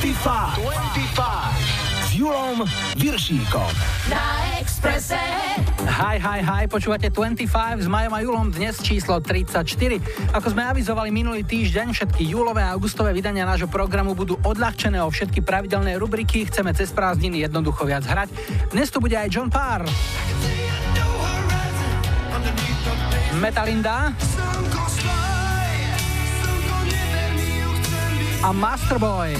s Julom Viršíkom. Na Expresse. Hi, počúvate 25 s Majom a Julom, dnes číslo 34. Ako sme avizovali minulý týždeň, všetky júlové a augustové vydania nášho programu budú odľahčené o všetky pravidelné rubriky, chceme cez prázdniny jednoducho viac hrať. Dnes tu bude aj John Parr, Metalinda a Masterboy.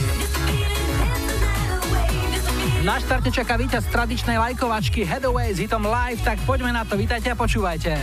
Na štarte čaká víťaz tradičnej lajkovačky Hathaway s hitom Live, tak poďme na to, vítajte a počúvajte.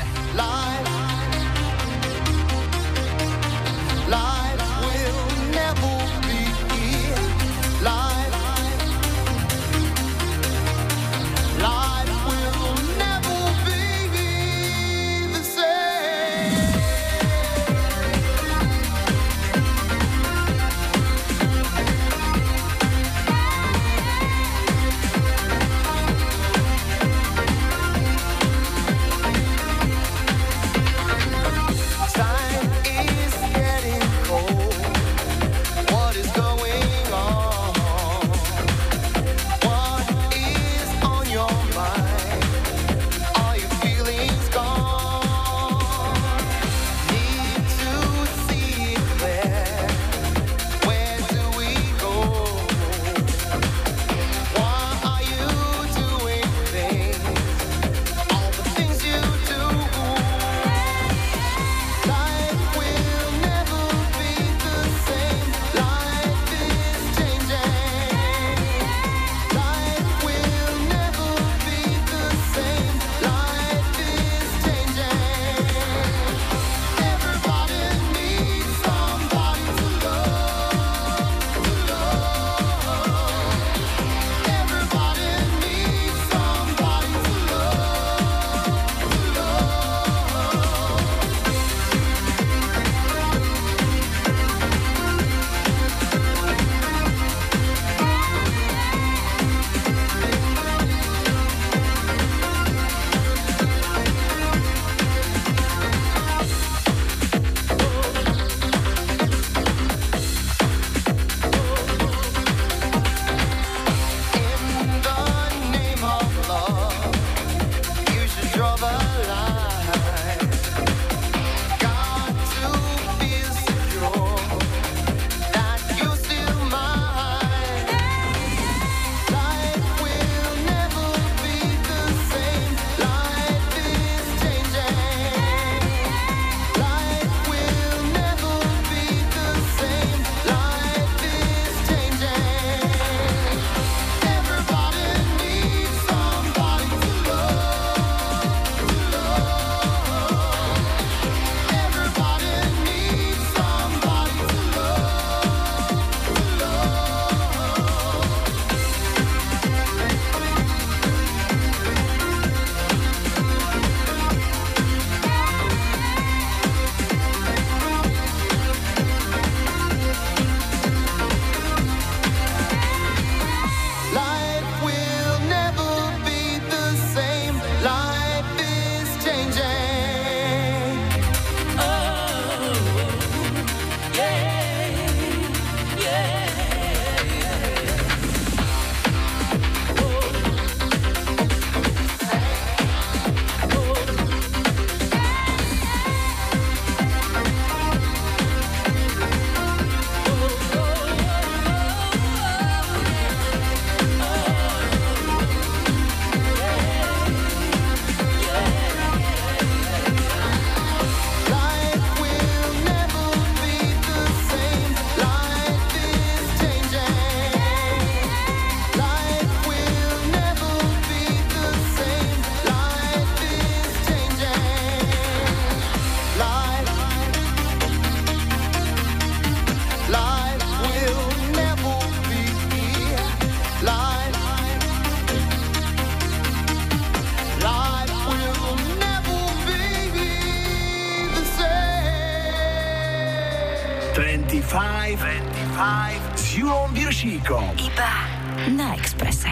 s Julom Viršíkom. Iba na Expresse.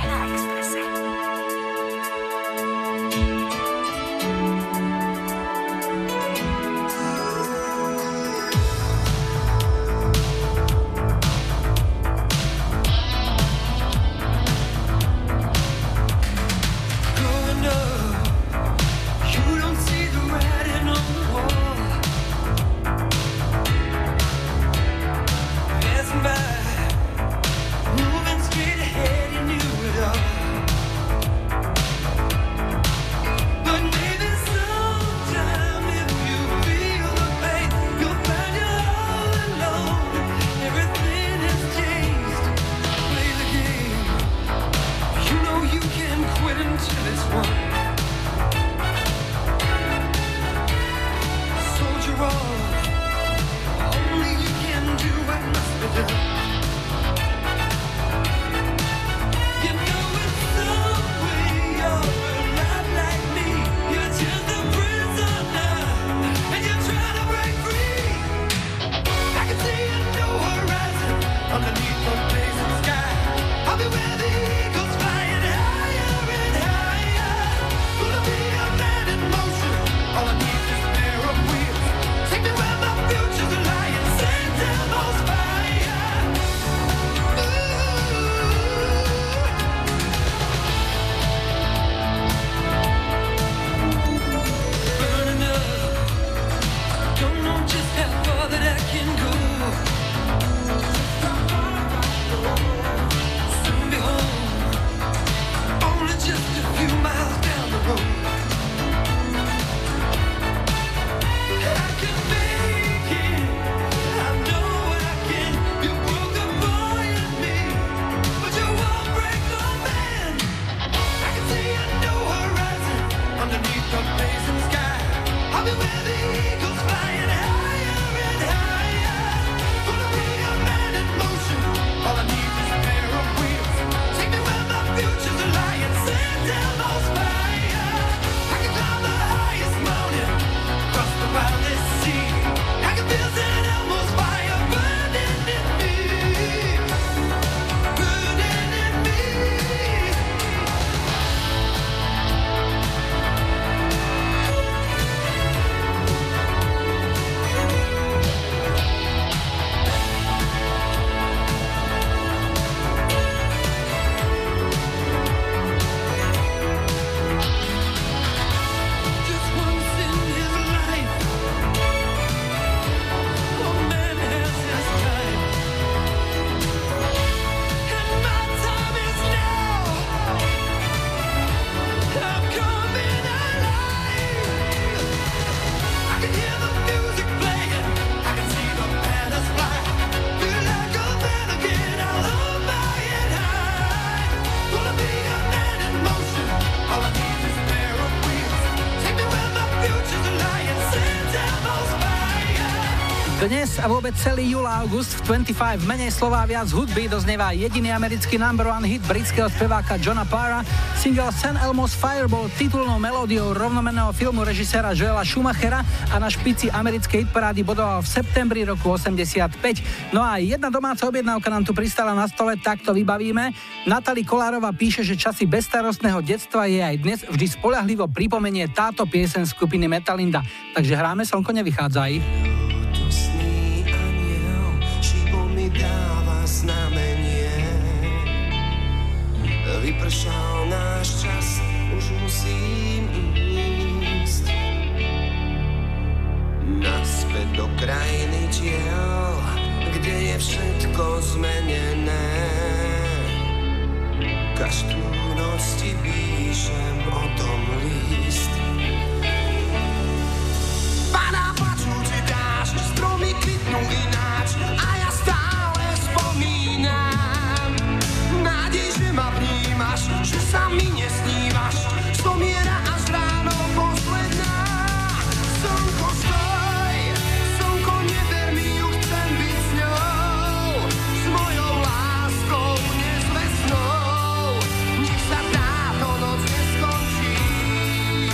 Dnes a vôbec celý júl a august v 25 menej slova viac hudby doznieva jediný americký number one hit britského speváka Johna Parra. Single St. Elmo's Fire bol titulnou melódiou rovnomenného filmu režiséra Joela Schumachera a na špici americkej hitparády bodoval v septembri roku 85. No a jedna domáca objednávka nám tu pristala na stole, tak to vybavíme. Natalie Kolárova píše, že časy bezstarostného detstva je aj dnes vždy spoľahlivo pripomenie táto pieseň skupiny Metalinda. Takže hráme Slnko nevychádzaj. Vypršal náš čas, už musím ísť naspäť do krajiny tiel, kde je všetko zmenené. Každú noc ti píšem o tom list. Padá plačúci dážď, stromy kvitnú ináč a ja stále spomínam. Nádej, že ma vnímaš, že sa mi nesnívaš, zomiera až ráno posledná. Slnko stoj, slnko neber mi ju, chcem byť s ňou, s mojou láskou nezvestnou. Nech sa táto noc neskončí.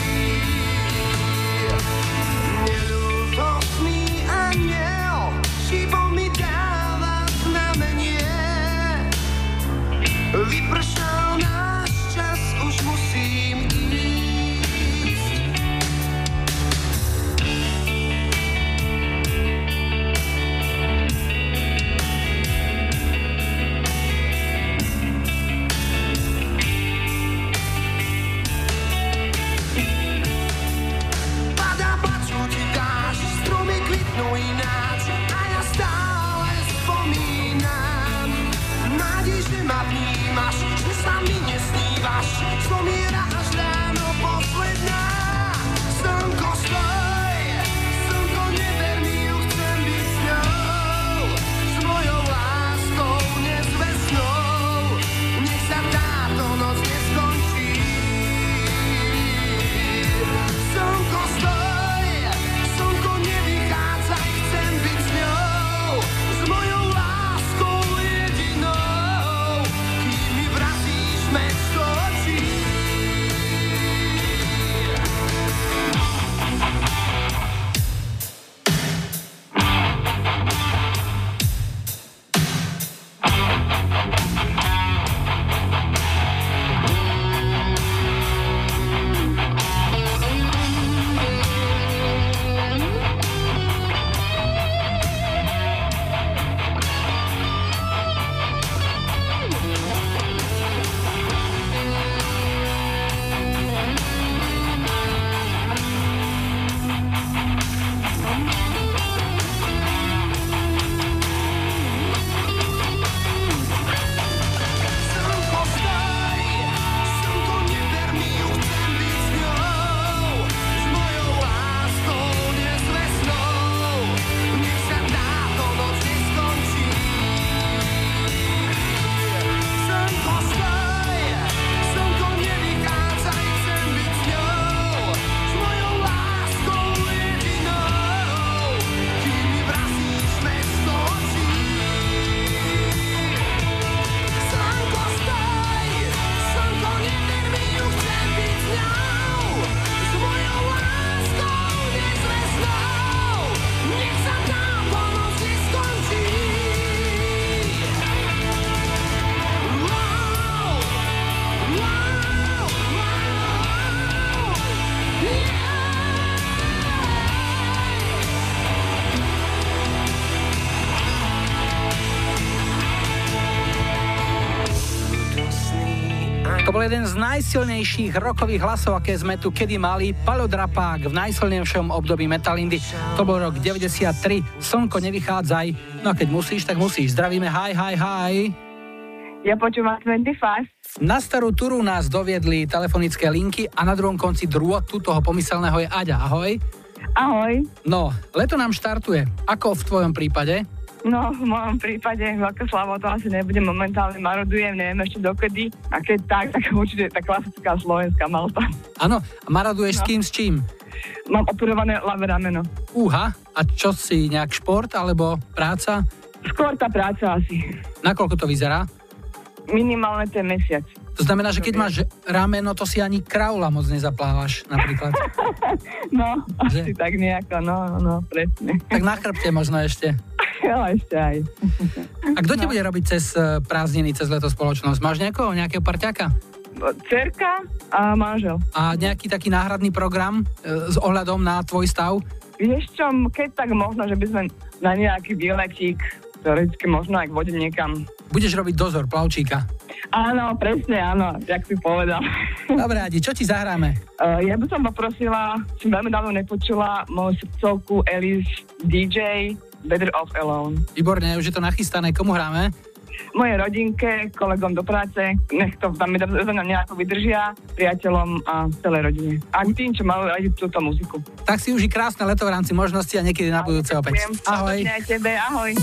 To bol jeden z najsilnejších rockových hlasov, aké sme tu kedy mali. Paľo Drapák v najsilnejšom období Metalindy. To bol rok 93. Slnko, nevychádzaj. No a keď musíš, tak musíš. Zdravíme, hi. Ja počúvam 25. Na starú turu nás doviedli telefonické linky a na druhom konci drôtu toho pomyselného je Aďa. Ahoj. Ahoj. No, leto nám štartuje. Ako v tvojom prípade? No, v mojom prípade veľká slava, to asi nebudem momentálne, marodujem, neviem ešte dokedy. A keď tak určite tá klasická slovenská Malta. Áno, a maraduješ s kým, s čím? Mám operované ľavé rameno. A čo si, nejak šport alebo práca? Skôr tá práca asi. Nakoľko to vyzerá? Minimálne ten mesiac. To znamená, že keď máš rameno, to si ani kraula moc nezaplávaš, napríklad. No, asi tak nejako, no, presne. Tak na chrbte možno ešte. Jo, ešte aj. A kto ti bude robiť cez prázdniny, cez leto spoločnosť? Máš nejakého parťaka? Dcerka a manžel. A nejaký taký náhradný program s ohľadom na tvoj stav? Vieš čo, keď tak možno, že by sme na nejaký výletík, teoreticky možno aj k vode niekam. Budeš robiť dozor plavčíka. Áno, presne, áno, jak si povedal. Dobre, Adi, čo ti zahráme? Ja by som poprosila, som veľmi dávno nepočula moju srdcovku Alice DJ Better Off Alone. Výborne, už je to nachystané. Komu hráme? Mojej rodinke, kolegom do práce, nech to tam nejako vydržia, priateľom a celej rodine. A tým, čo majú radi túto muziku. Tak si uži krásne leto v rámci možnosti a niekedy na budúce opäť. Ahoj. Aj tebe, ahoj.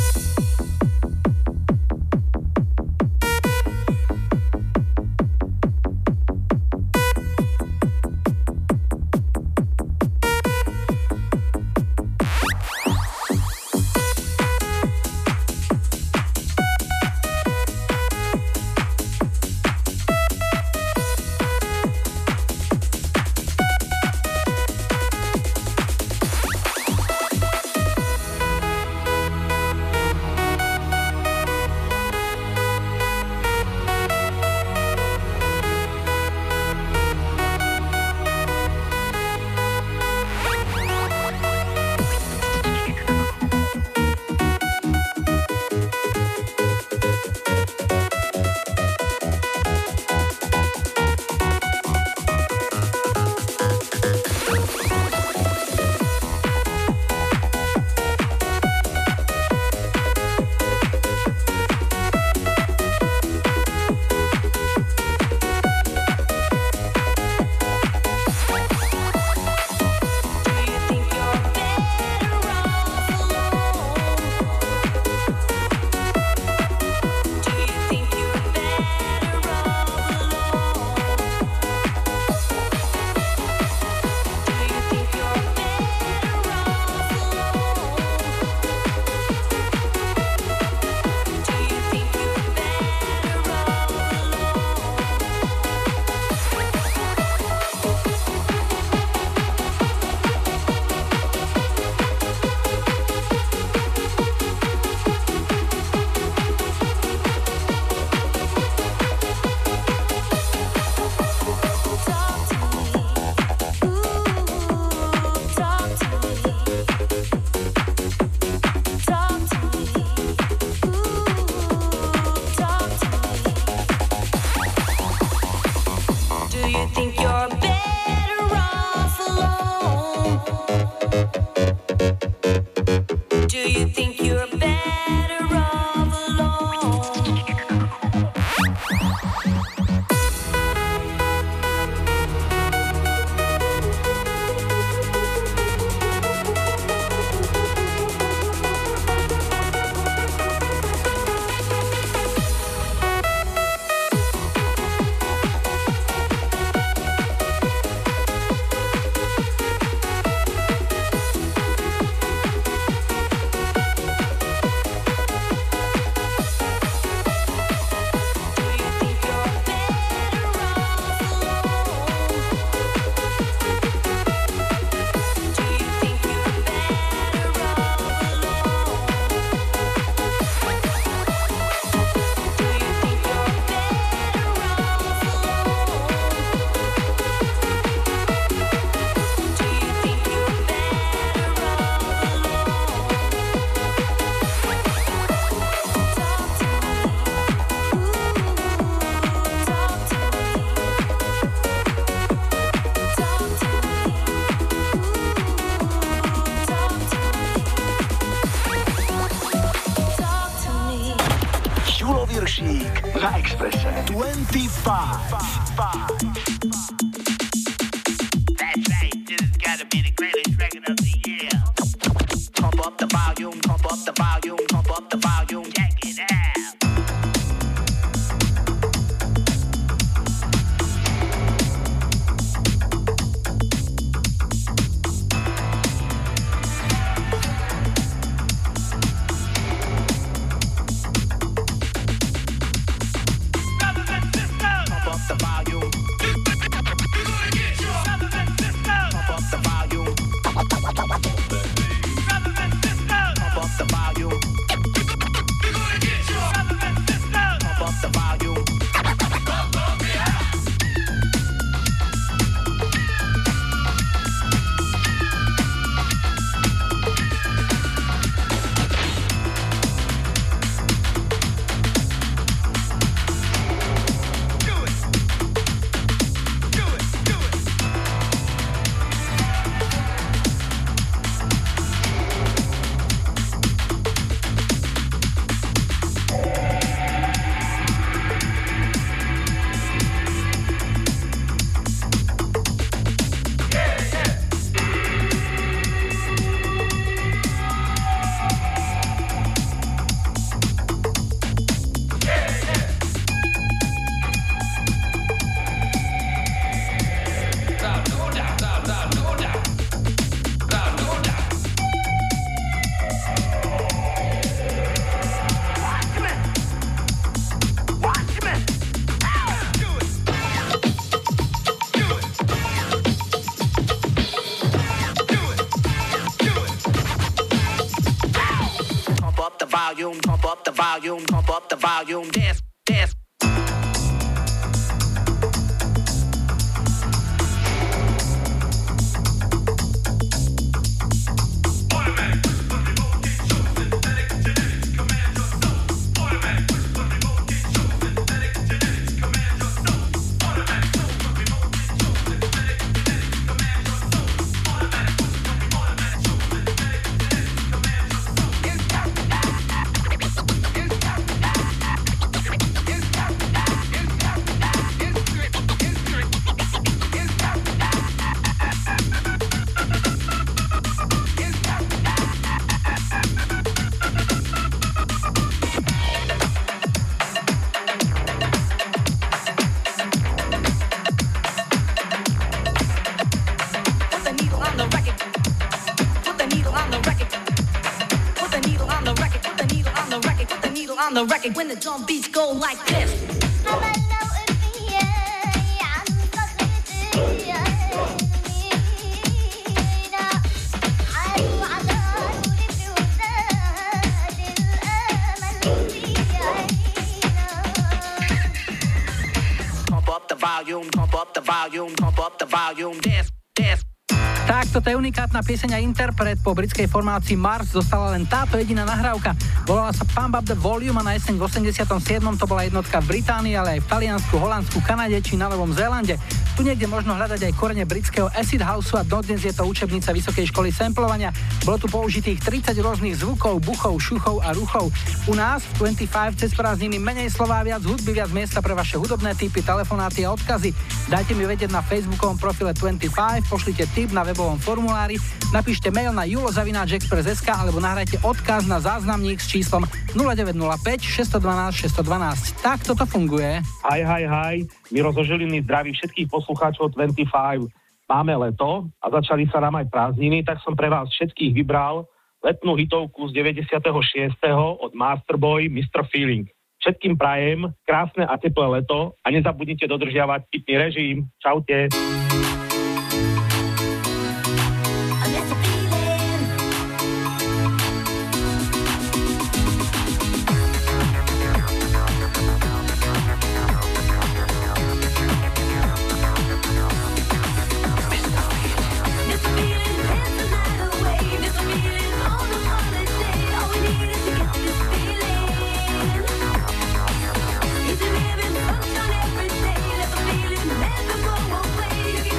Viršík na Expresse. 25. That's right, this has gotta be the greatest record of the year. Pump up the volume, pump up the volume, pump up the volume, check it out. Pump up the volume, pump up the volume, dance, dance. On the record when the drum beats go like this. Pump up the volume, pump up the volume, pump up the volume, dance, dance. Tak, toto je unikátna pieseň a interpret. Po britskej formácii Mars zostala len táto jediná nahrávka. Volala sa Pump Up the Volume a na jeseň v 87. to bola jednotka v Británii, ale aj v Taliansku, Holandsku, Kanade či na Novom Zélande. Tu niekde možno hľadať aj korene britského acid houseu a dodnes je to učebnica Vysokej školy samplovania. Bolo tu použitých 30 rôznych zvukov, buchov, šuchov a ruchov. U nás v 25 cez prázdniny menej slová, viac hudby, viac miesta pre vaše hudobné tipy, telefonáty a odkazy. Dajte mi vedieť na facebookovom profile 25, pošlite tip na webovom formulári, napíšte mail na julo@express.sk alebo nahrajte odkaz na záznamník s číslom 0905 612 612. Tak toto funguje. Hi, Miro zo Žiliny zdraví všetkých poslucháčov 25. Máme leto a začali sa nám aj prázdniny, tak som pre vás všetkých vybral letnú hitovku z 96. od Masterboy Mr. Feeling. Všetkým prajem krásne a teplé leto a nezabudnite dodržiavať pitný režim. Čaute. It's a living function every day. Let the feeling never go away.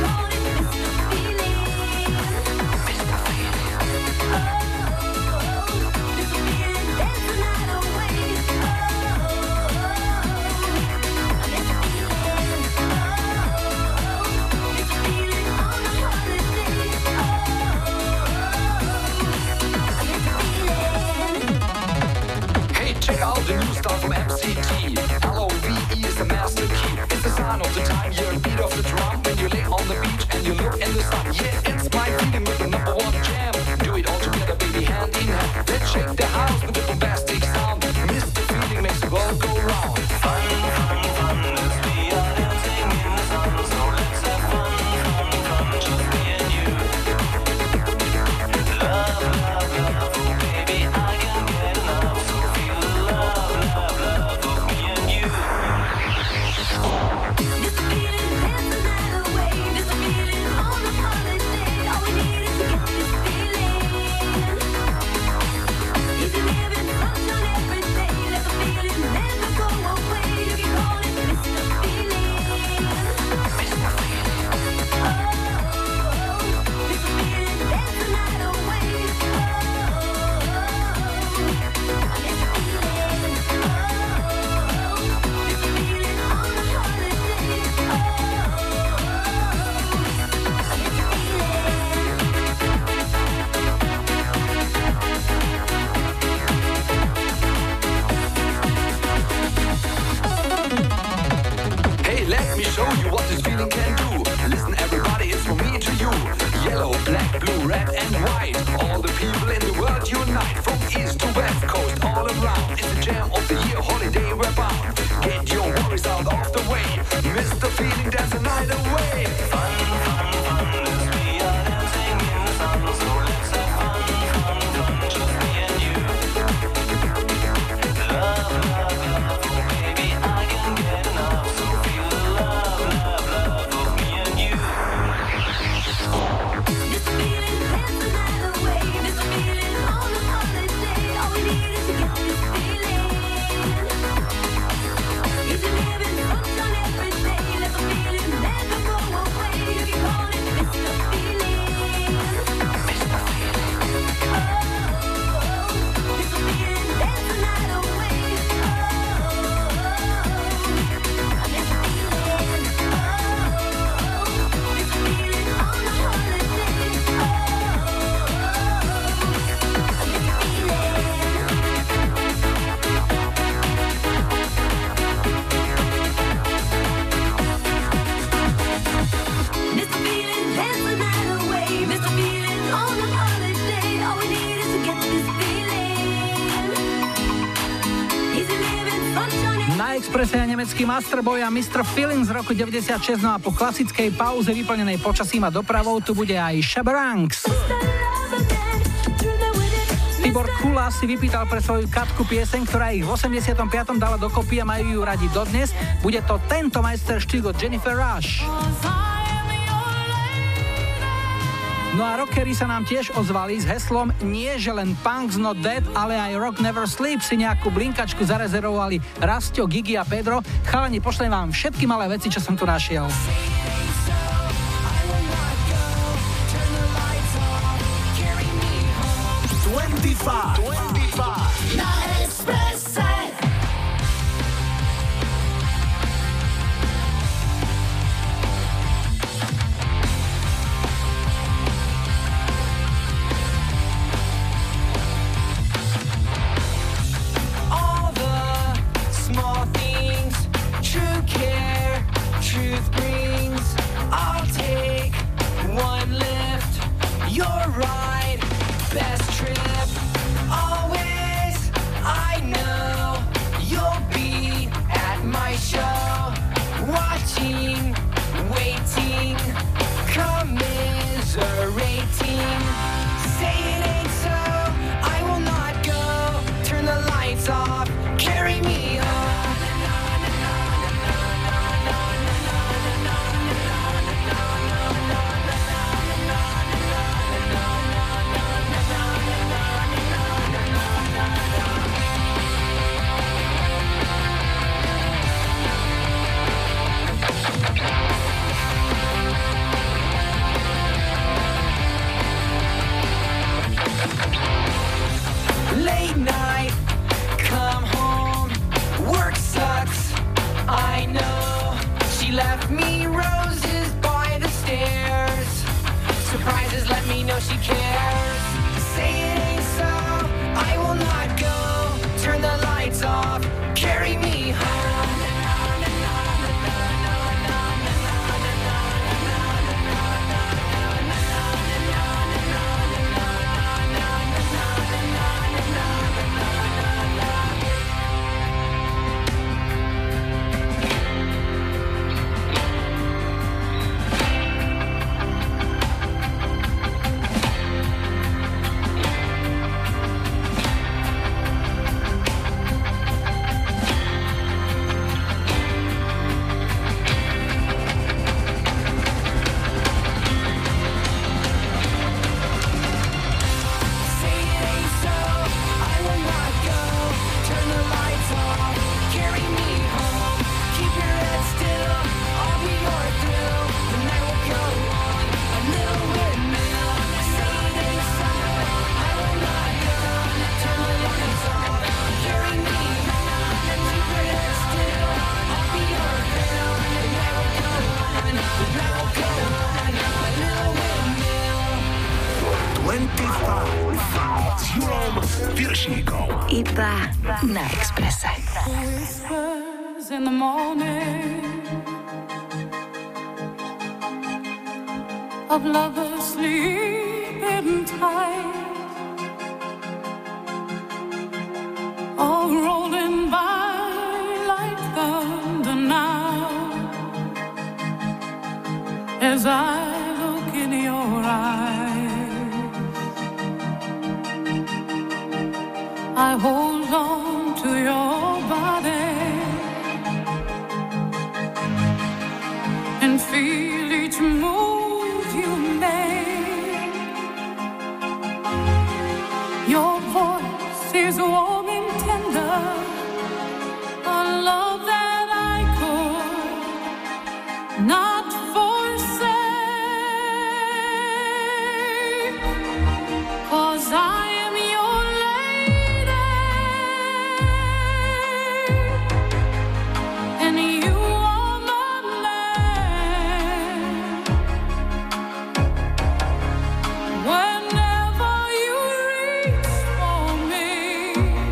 white. All the people in the world unite, from east to west coast, all around. It's the jam of the year, holiday we're bound. Get your worries out of the way, miss the feeling, dance the night away. Fun, fun, fun, as we are dancing in the sun, so let's have fun, fun, fun, just me and you. Love, love, love, oh baby, I can get enough, so feel the love, love, love of me and you. Miss the feeling, dance the night away. Miss the feeling on a holiday. All we need is to get this feeling. Easy living, sunshine every day. Let the feeling never go away. You can call it Miss the feeling. Miss the feeling. Oh, miss the feeling, dance the night away. Oh, miss the feeling. Oh, miss the feeling on a holiday. Miss the feeling, dance the night away. Miss the feeling on a holiday. All we need is to get this feeling. Easy living, sunshine. Na Expresse je nemecký Masterboy a Mr. Feeling z roku 96, no a po klasickej pauze vyplnenej počasím a dopravou tu bude aj Shabarangs. Tibor Kula si vypýtal pre svoju Katku pieseň, ktorá ich v 85. dala dokopy a majú ju radi dodnes. Bude to tento majsterštík od Jennifer Rush. No a rockery sa nám tiež ozvali s heslom nie, že len Punk's Not Dead, ale aj Rock Never Sleep si nejakú blinkačku zarezervovali Rastio, Gigi a Pedro. Chalani, pošlem vám všetky malé veci, čo som tu našiel. 25 Na Expresse. all the small things, true care, truth brings. I'll take one lift, you're right, best trip. Always, I know you'll be at my show, watching, waiting, commiserating. Say it ain't so, I will not go. Turn the lights off, carry me home. Late night, come home, work sucks, I know. She left me roses by the stairs. Surprises let me know she cares. Say it ain't so, I will not go. Turn the lights off, carry me home. Iba na Expresse. Whispers in the morning of lovers sleep it tight, all rolling by like thunder now, as I look in your eyes. I hold on to your body and feel each move you make. Your voice is warm and tender, a love that I could not forsake, 'cause I am your lady and you are my man. Whenever you reach for me,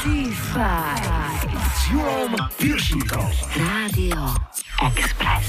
s Julom Piršíkom. Rádio Express.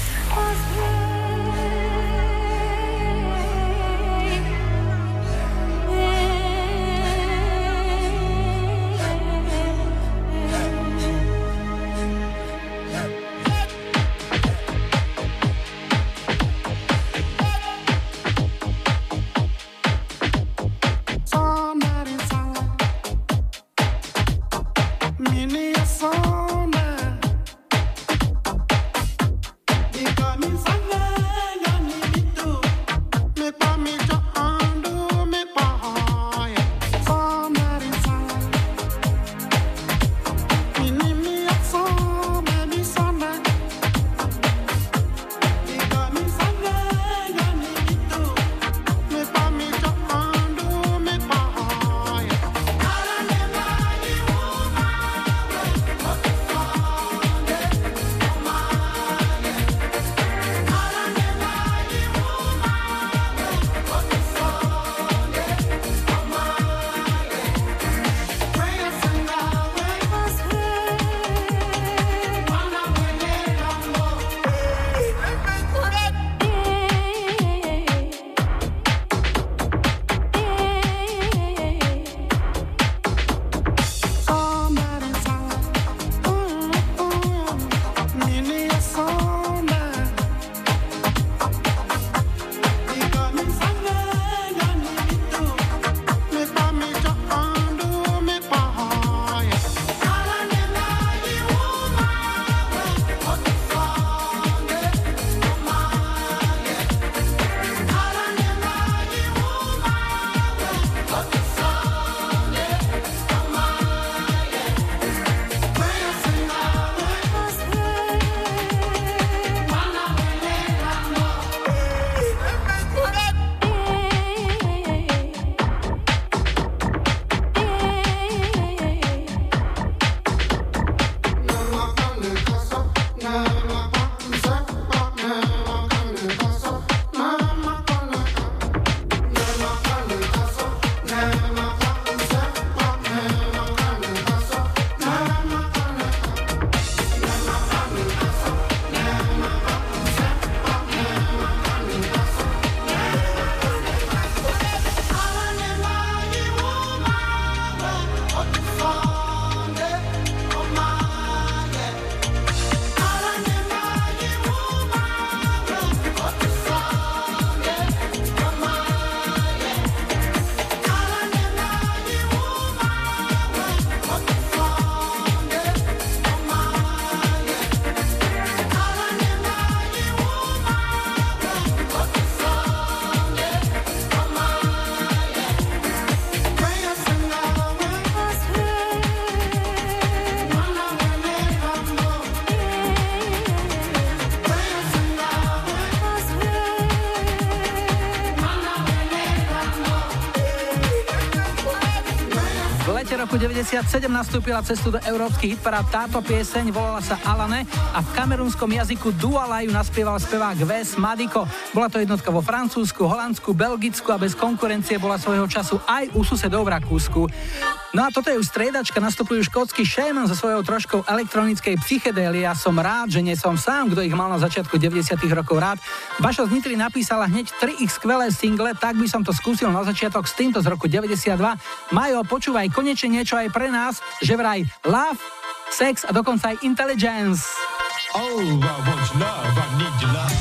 Roku 97 nastúpila cestu do európskych hitparád. Táto pieseň volala sa Alane a v kamerúnskom jazyku Duala ju naspieval spevák Wes Madiko. Bola to jednotka vo Francúzsku, Holandsku, Belgicku a bez konkurencie bola svojho času aj u susedov v Rakúsku. No a toto je už striedačka, nastupujú škótsky Shaman so svojou troškou elektronickej psychedélie. Ja som rád, že nie som sám, kto ich mal na začiatku 90 rokov rád. Bašo z Nitry napísala hneď 3 ich skvelé single, tak by som to skúsil na začiatok s týmto z roku 92. Majo, počúvaj konečne niečo aj pre nás, že vraj love, sex a dokonca aj intelligence. Oh, I want your love, I need your love.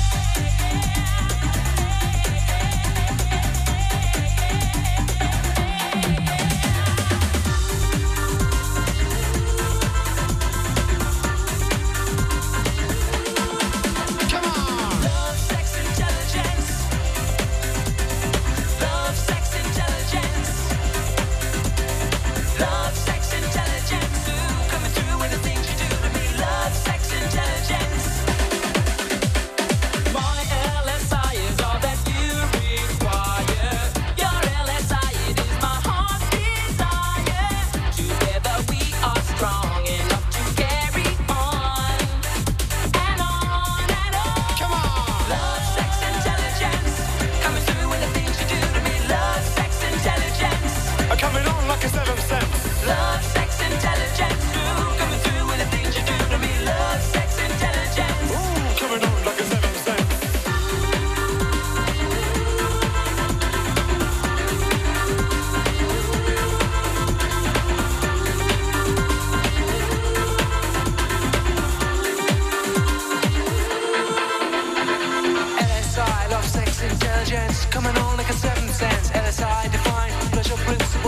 Coming on like a seventh sense. Love, sex, intelligence.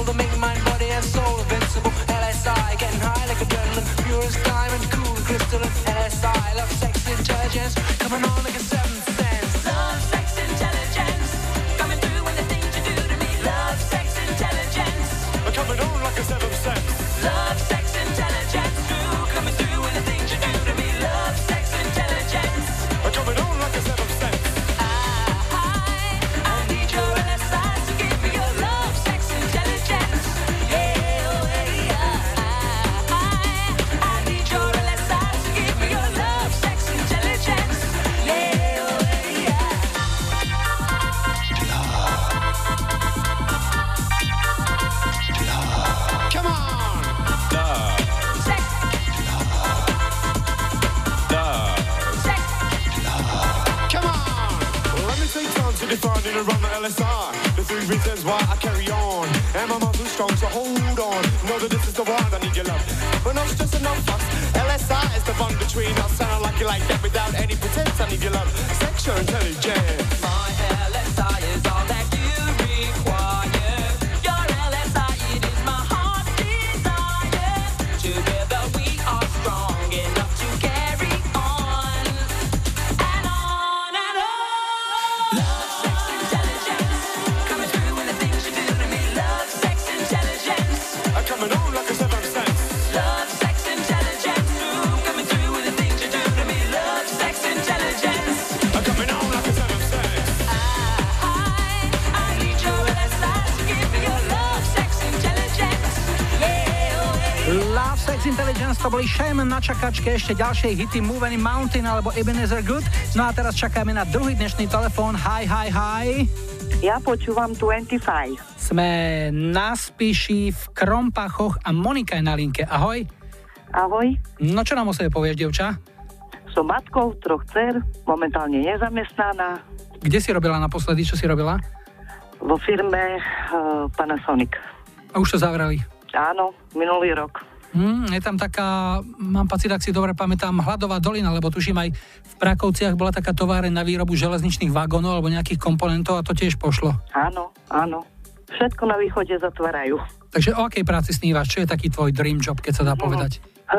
to make mind, body and soul invincible. LSI, getting high like adrenaline, pure as diamond, cool and crystalline. LSI, love, sex, intelligence, coming on like a seventh sense. Love, sex, intelligence, coming through with the things you do to me. Love, sex, intelligence, Coming on like a seventh sense. love, sex, intelligence, true, coming through with the things you do to me. Love, sex, intelligence. Coming on like a seventh sense. I need your LSI to give me your love, sex, intelligence. Hey, oh, hey, I need your LSI to give me your love, sex, intelligence. Yeah, oh, hey, Come on. sex, sex. Come on. Well, let me take time to define and run the LSI. The 3 reasons why I carry on. And my muscles strong, so hold on. Know that this is the one I need your love. But not stress enough fuss. LSI is the bond between us. And I like you like that without any pretense. I need your love. Sexual intelligence. My LSI is all that you require. Your LSI, it is my heart's desire. Together we are strong enough to carry on and on and on. Love, sex, intelligence, coming through with the things you do to me. Love, sex, intelligence. Coming on like a seventh sense. Love, sex, intelligence, true, coming through with the things you do to me. Love, sex, intelligence. Coming on like a seventh sense. I need your LSI to give me your love, sex, intelligence. Yeah, oh, hey. Love, Sex, Intelligence, to boli Shaman na čakačke, ešte ďalšie hity Move Any Mountain alebo Ebenezer Good. No a teraz čakáme na druhý dnešný telefón. Hi. Ja počúvam 25. Sme na Spiši, v Krompachoch a Monika je na linke. Ahoj. Ahoj. No čo nám o sebe povieš, dievča? Som matkou 3 dcer, momentálne nezamestnaná. Kde si robila naposledy, čo si robila? Vo firme Panasonic. A už to zavreli. Áno, minulý rok. Je tam taká, mám pocit, ak si dobre pamätám, Hladová dolina, lebo tuším aj v Prakovciach bola taká továreň na výrobu železničných vagónov alebo nejakých komponentov a to tiež pošlo. Áno. Všetko na východe zatvárajú. Takže o akej práci snívaš? Čo je taký tvoj dream job, keď sa dá povedať?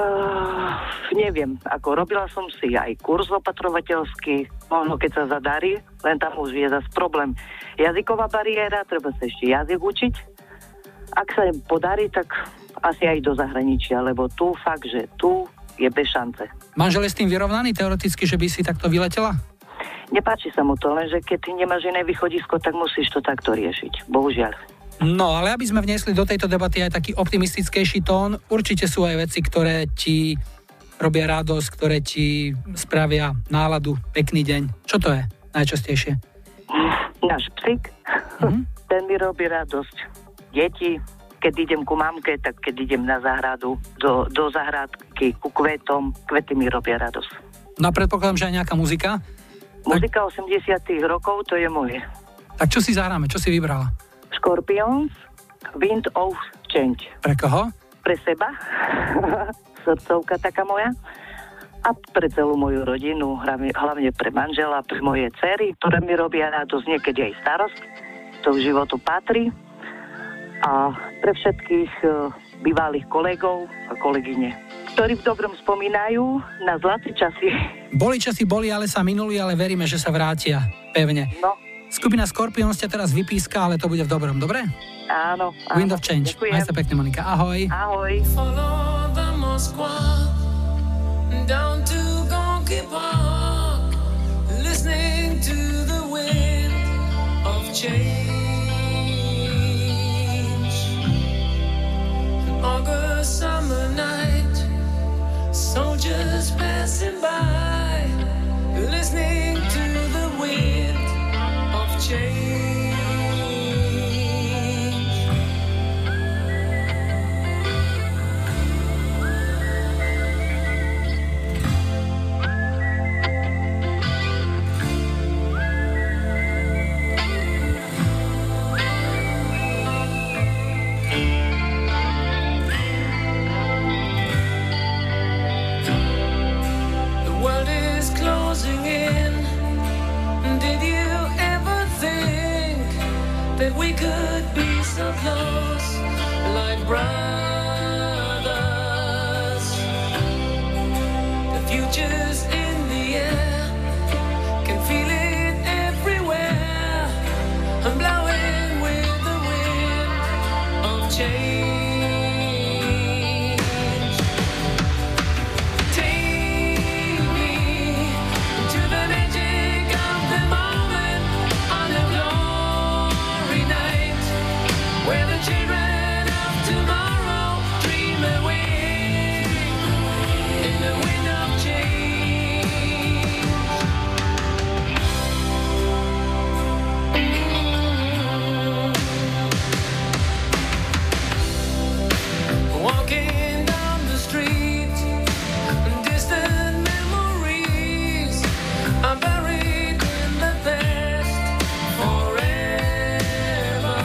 Neviem, ako robila som si aj kurz opatrovateľský, možno keď sa zadarí, len tam už je zase problém. Jazyková bariéra, treba sa ešte jazyk učiť. Ak sa im podarí, tak asi aj do zahraničia, lebo tu fakt, že tu je bez šance. Manžel je s tým vyrovnaný teoreticky, že by si takto vyletela? Nepáči sa mu to, lenže keď ty nemáš iné východisko, tak musíš to takto riešiť. Bohužiaľ. No, ale aby sme vniesli do tejto debaty aj taký optimistickejší tón, určite sú aj veci, ktoré ti robia radosť, ktoré ti spravia náladu, pekný deň. Čo to je najčastejšie? Náš psík, ten mi robí radosť. Deti, keď idem ku mamke, tak keď idem na záhradu, do záhradky, ku kvetom, kvety mi robia radosť. No a predpokladám, že aj nejaká muzika? Muzika 80 rokov, to je moje. Tak čo si zahráme? Čo si vybrala? Scorpions, Wind of Change. Pre koho? Pre seba, srdcovka taká moja. A pre celú moju rodinu, hlavne pre manžela, pre moje dcery, ktoré mi robia radosť, niekedy aj starosť. To v životu patrí. A pre všetkých bývalých kolegov a kolegyne, ktorí v dobrom spomínajú na zlaté časy. Boli časy, ale sa minuli, ale veríme, že sa vrátia. Pevne. No. Skupina Scorpions ťa teraz vypíska, ale to bude v dobrom, dobre? Áno. Wind of Change. Maj sa pekne, Monika. Ahoj. Ahoj. Follow the Moskva down to Gonky Park, listening to the wind of change. August summer night, soldiers passing by, listening to the wind of change. The world is closing in brothers. The future's in the air, can feel it everywhere. I'm blowing with the wind of change. Take me to the magic of the moment on a glory night, where the children of tomorrow dream away in the wind of change. Walking down the street, distant memories are buried in the past forever.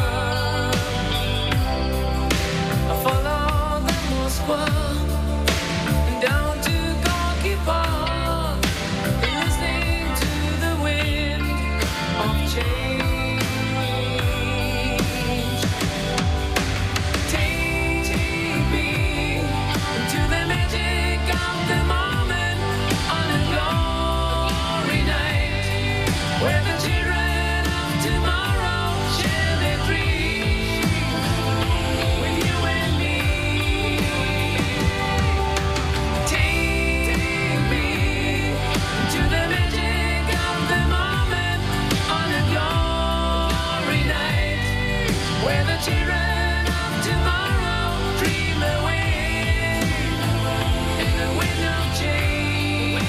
I follow the Moskva down to Gorky Park, listening to the wind of change. Take me to the magic of the moment on a glory night, where the children of tomorrow share their dreams with you and me. Take me to the magic of the moment on a glory night, where the children of tomorrow dream away in the wind of change.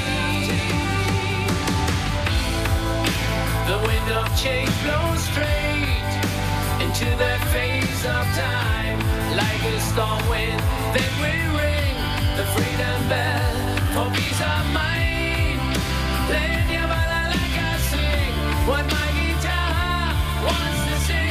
The wind of change blows straight into the face of time, like a storm wind. Then we ring the freedom bell for peace of mind. Playing your balalaika, sing what my guitar wants to sing.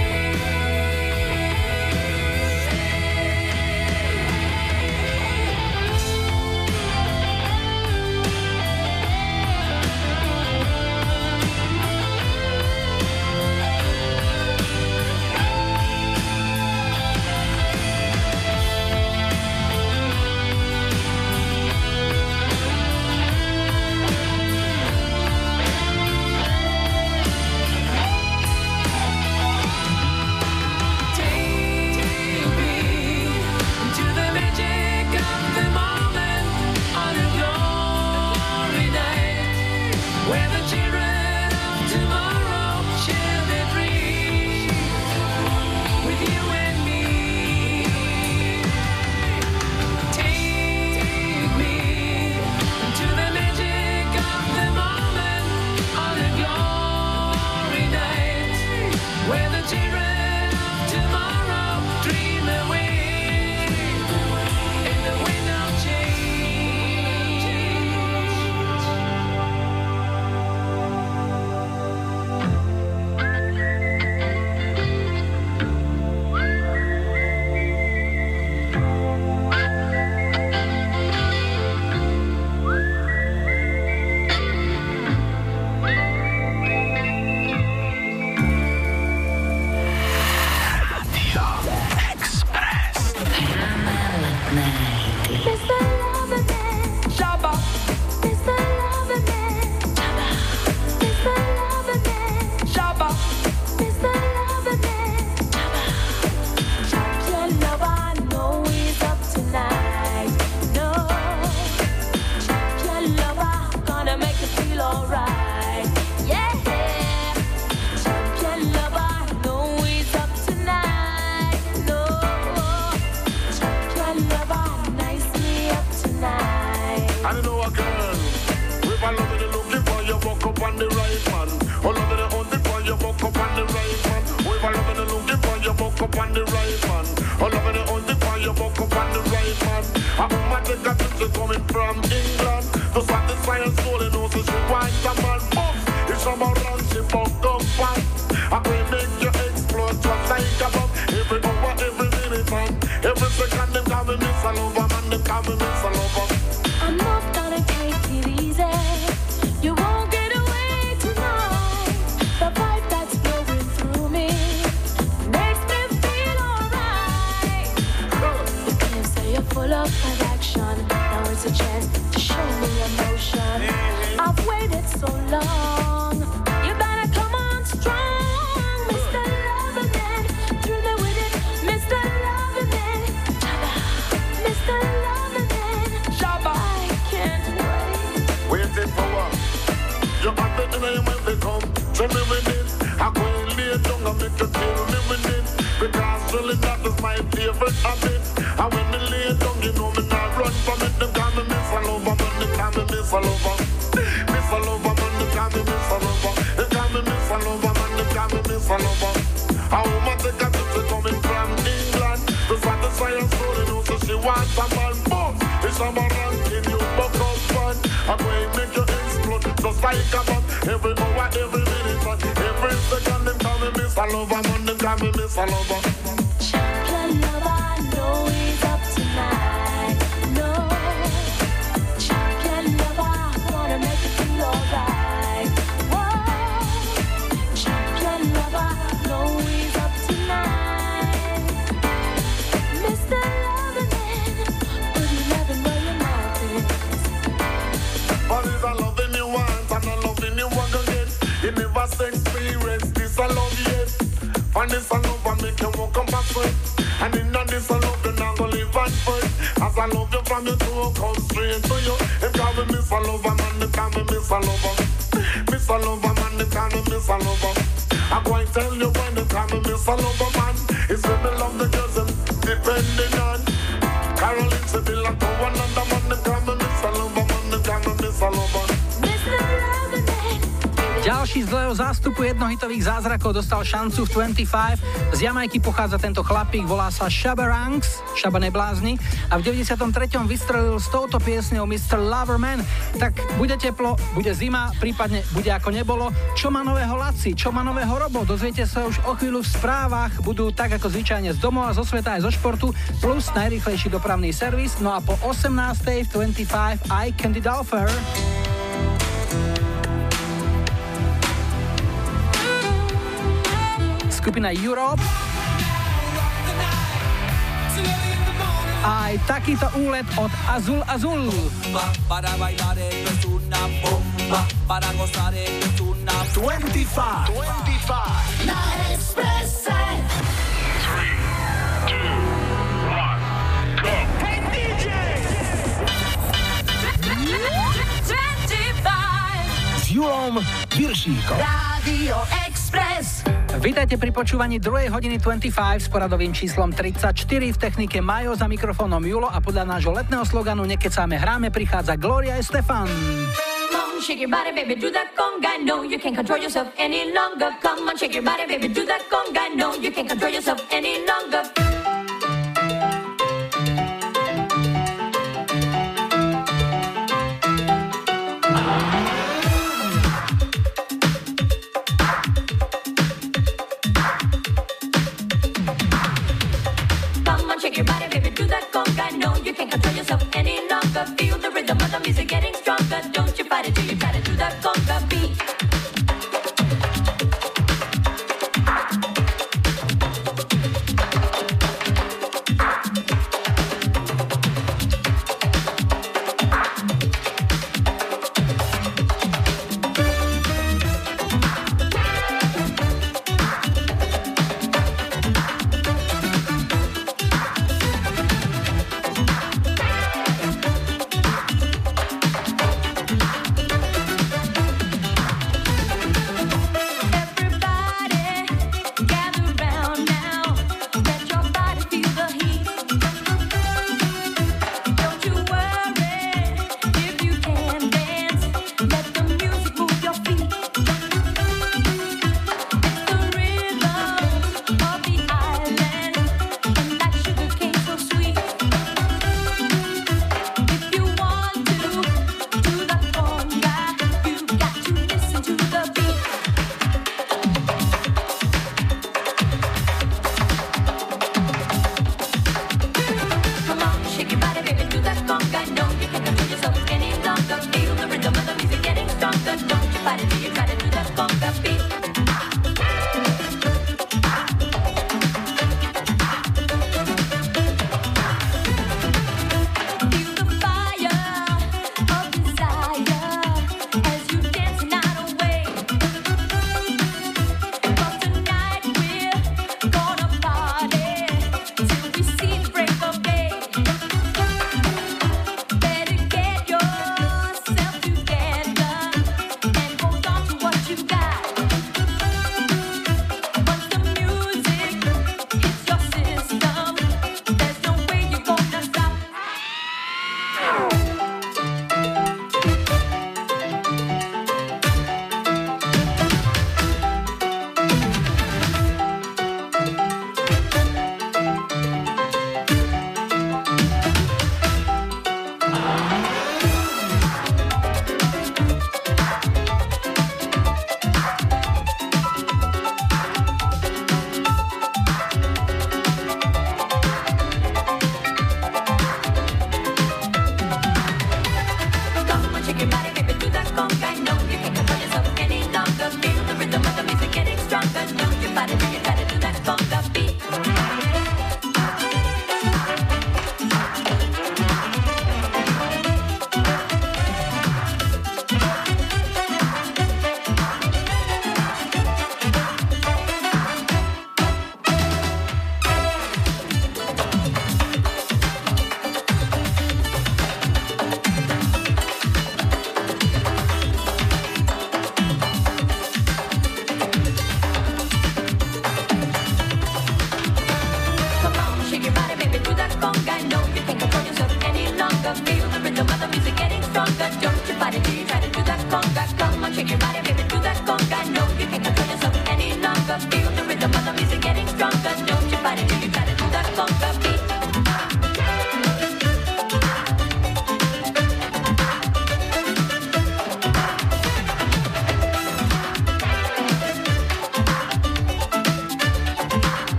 I'm not gonna take it easy. You won't get away tonight. The vibe that's blowing through me makes me feel alright. full of attraction. Now it's a chance to show me emotion. I've waited so long. You better come on strong, Mr. Loverman. Thrill me with it, Mr. Loverman. Mr. Loverman. I can't wait. Waiting for what? You got the name when they come. Tell me with it. I go and lay down and make you kill me with it. Because really that is my favorite habit. And when me lay down, you know me not run from it. Them call me Miss a Lover, man, they call me Miss a Lover. Miss a Lover, man, they call me Miss a Lover. They call me Miss a Lover, man, they call me Miss a Lover. A woman take a trip, she coming from England. To satisfy her soul, you know, so she wants a man. Boom! It's a man ranking, you buck up fun. I'm going to make you explode, just like a bomb. Every hour, every minute, and every second, them call me Miss a Lover, man, them call me Miss a Lover. Champion lover, I know he's up tonight. No, champion lover, I wanna make it feel alright. Whoa, champion lover, I know he's up tonight. Mr. Loverman, put your loving where your mouth is. But it's a loving you want and a loving you want to get. You never experience this a love yet. And this a love and make you walk up and sweat. And in this a love you not gonna live and fight. As I love you from your toe come straight to you. If you call me Miss a Lover, man, they call me Miss a Lover. Miss a Lover, man, they call me Miss a Lover. I'm going to tell you when they call me Miss a Lover, man. It's when me love the girls them depending on. Caroline said they like to one another, man, they call me Miss a Lover, man, they call me Miss a Lover. Ďalší z dlhého zástupu jednohitových zázrakov dostal šancu v 25. Z Jamajky pochádza tento chlapík, volá sa Shabba Ranks, Shabba neblázni, a v 93. vystrelil s touto piesňou Mr. Loverman. Tak bude teplo, bude zima, prípadne bude ako nebolo. Čo má nového Laci, čo má nového Robo, dozviete sa už o chvíľu v správach. Budú tak ako zvyčajne z domova, zo sveta aj zo športu, plus najrýchlejší dopravný servis. No a po 18. v 25 I Candy Dulfer. Skupina Europe. Aj takýto úlet od Azul Azul. Para bailar esto es una bomba. Para gozar esto es una 25. Na Expresse. 3, 2, 1, go. Hey DJ. 25. S Julom Piršíkom. Radio Express. Vítajte pri počúvaní 2. hodiny 25 s poradovým číslom 34. V technike Majo, za mikrofónom Julo a podľa nášho letného sloganu Nekecáme, hráme prichádza Gloria Estefan. Come on, shake your body, baby, do that conga. No, you can't control yourself any longer. Come on, shake your body, baby, do that conga. No, you can't control yourself any longer. Shake your body, baby, do that conga. No, you can't control yourself any longer. Feel the rhythm of the music getting stronger. Don't you fight it till you try to do that conga beat.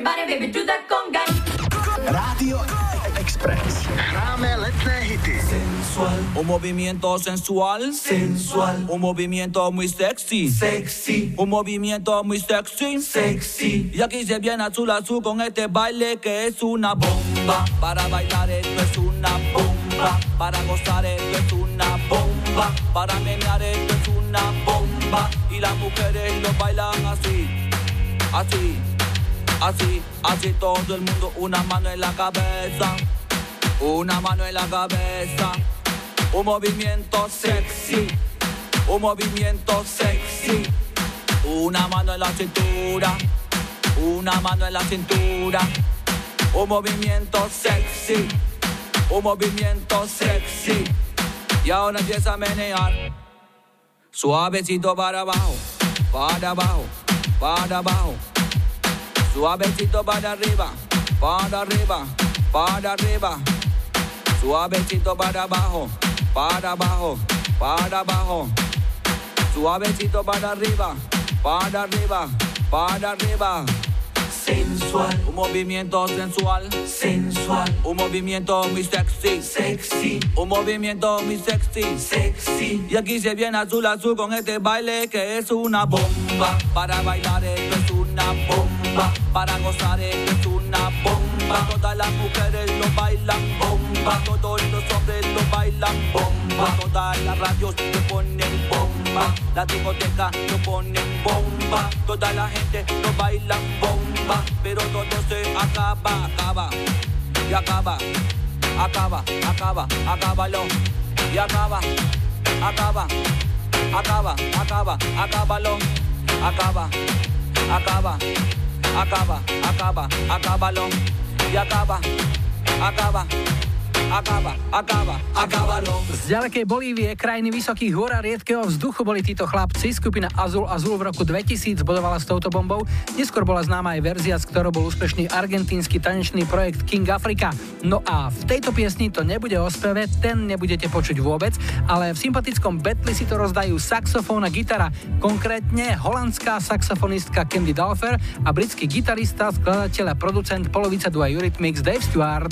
body, baby, do that conga. Rádio Express. Hráme letné hity. Sensual. Un movimiento sensual. Sensual. Un movimiento muy sexy. Sexy. Un movimiento muy sexy. Sexy. Y aquí se viene azul azul con este baile que es una bomba. Para bailar esto es una bomba. Para gozar esto es una bomba. Para menear esto es una bomba. Y las mujeres lo bailan así. Así. Así, así todo el mundo, una mano en la cabeza, una mano en la cabeza, un movimiento sexy, un movimiento sexy, una mano en la cintura, una mano en la cintura, un movimiento sexy, un movimiento sexy, y ahora empieza a menear, suavecito para abajo, para abajo, para abajo. Suavecito para arriba, para arriba, para arriba. Suavecito para abajo, para abajo, para abajo. Suavecito para arriba, para arriba, para arriba. Sensual, un movimiento sensual, sensual, un movimiento muy sexy, sexy, un movimiento muy sexy, sexy. Y aquí se viene azul azul con este baile que es una bomba. Para bailar esto es una bomba, para gozar esto es una bomba. Todas las mujeres lo bailan bomba, todos los hombres lo bailan bomba. Todas las radios lo ponen bomba, la discoteca lo ponen bomba. Toda la gente lo bailan bomba, pero todo se acaba, acaba, y acaba, acaba, acaba, acábalo, y acaba, acaba, acaba, acaba, acábalo, acaba, acaba, acaba, acaba, acábalo, y acaba, acaba, acaba, acaba, acábalo. Z ďalekej Bolívie, krajiny vysokých hôr a riedkeho vzduchu boli títo chlapci. Skupina Azul Azul v roku 2000 bodovala s touto bombou. Neskôr bola známa aj verzia, z ktorou bol úspešný argentínsky tanečný projekt King Africa. No a v tejto piesni to nebude o speve, ten nebudete počuť vôbec, ale v sympatickom betli si to rozdajú saxofón a gitara, konkrétne holandská saxofonistka Candy Dulfer a britský gitarista, skladateľ a producent polovica dua Eurythmics Dave Stewart.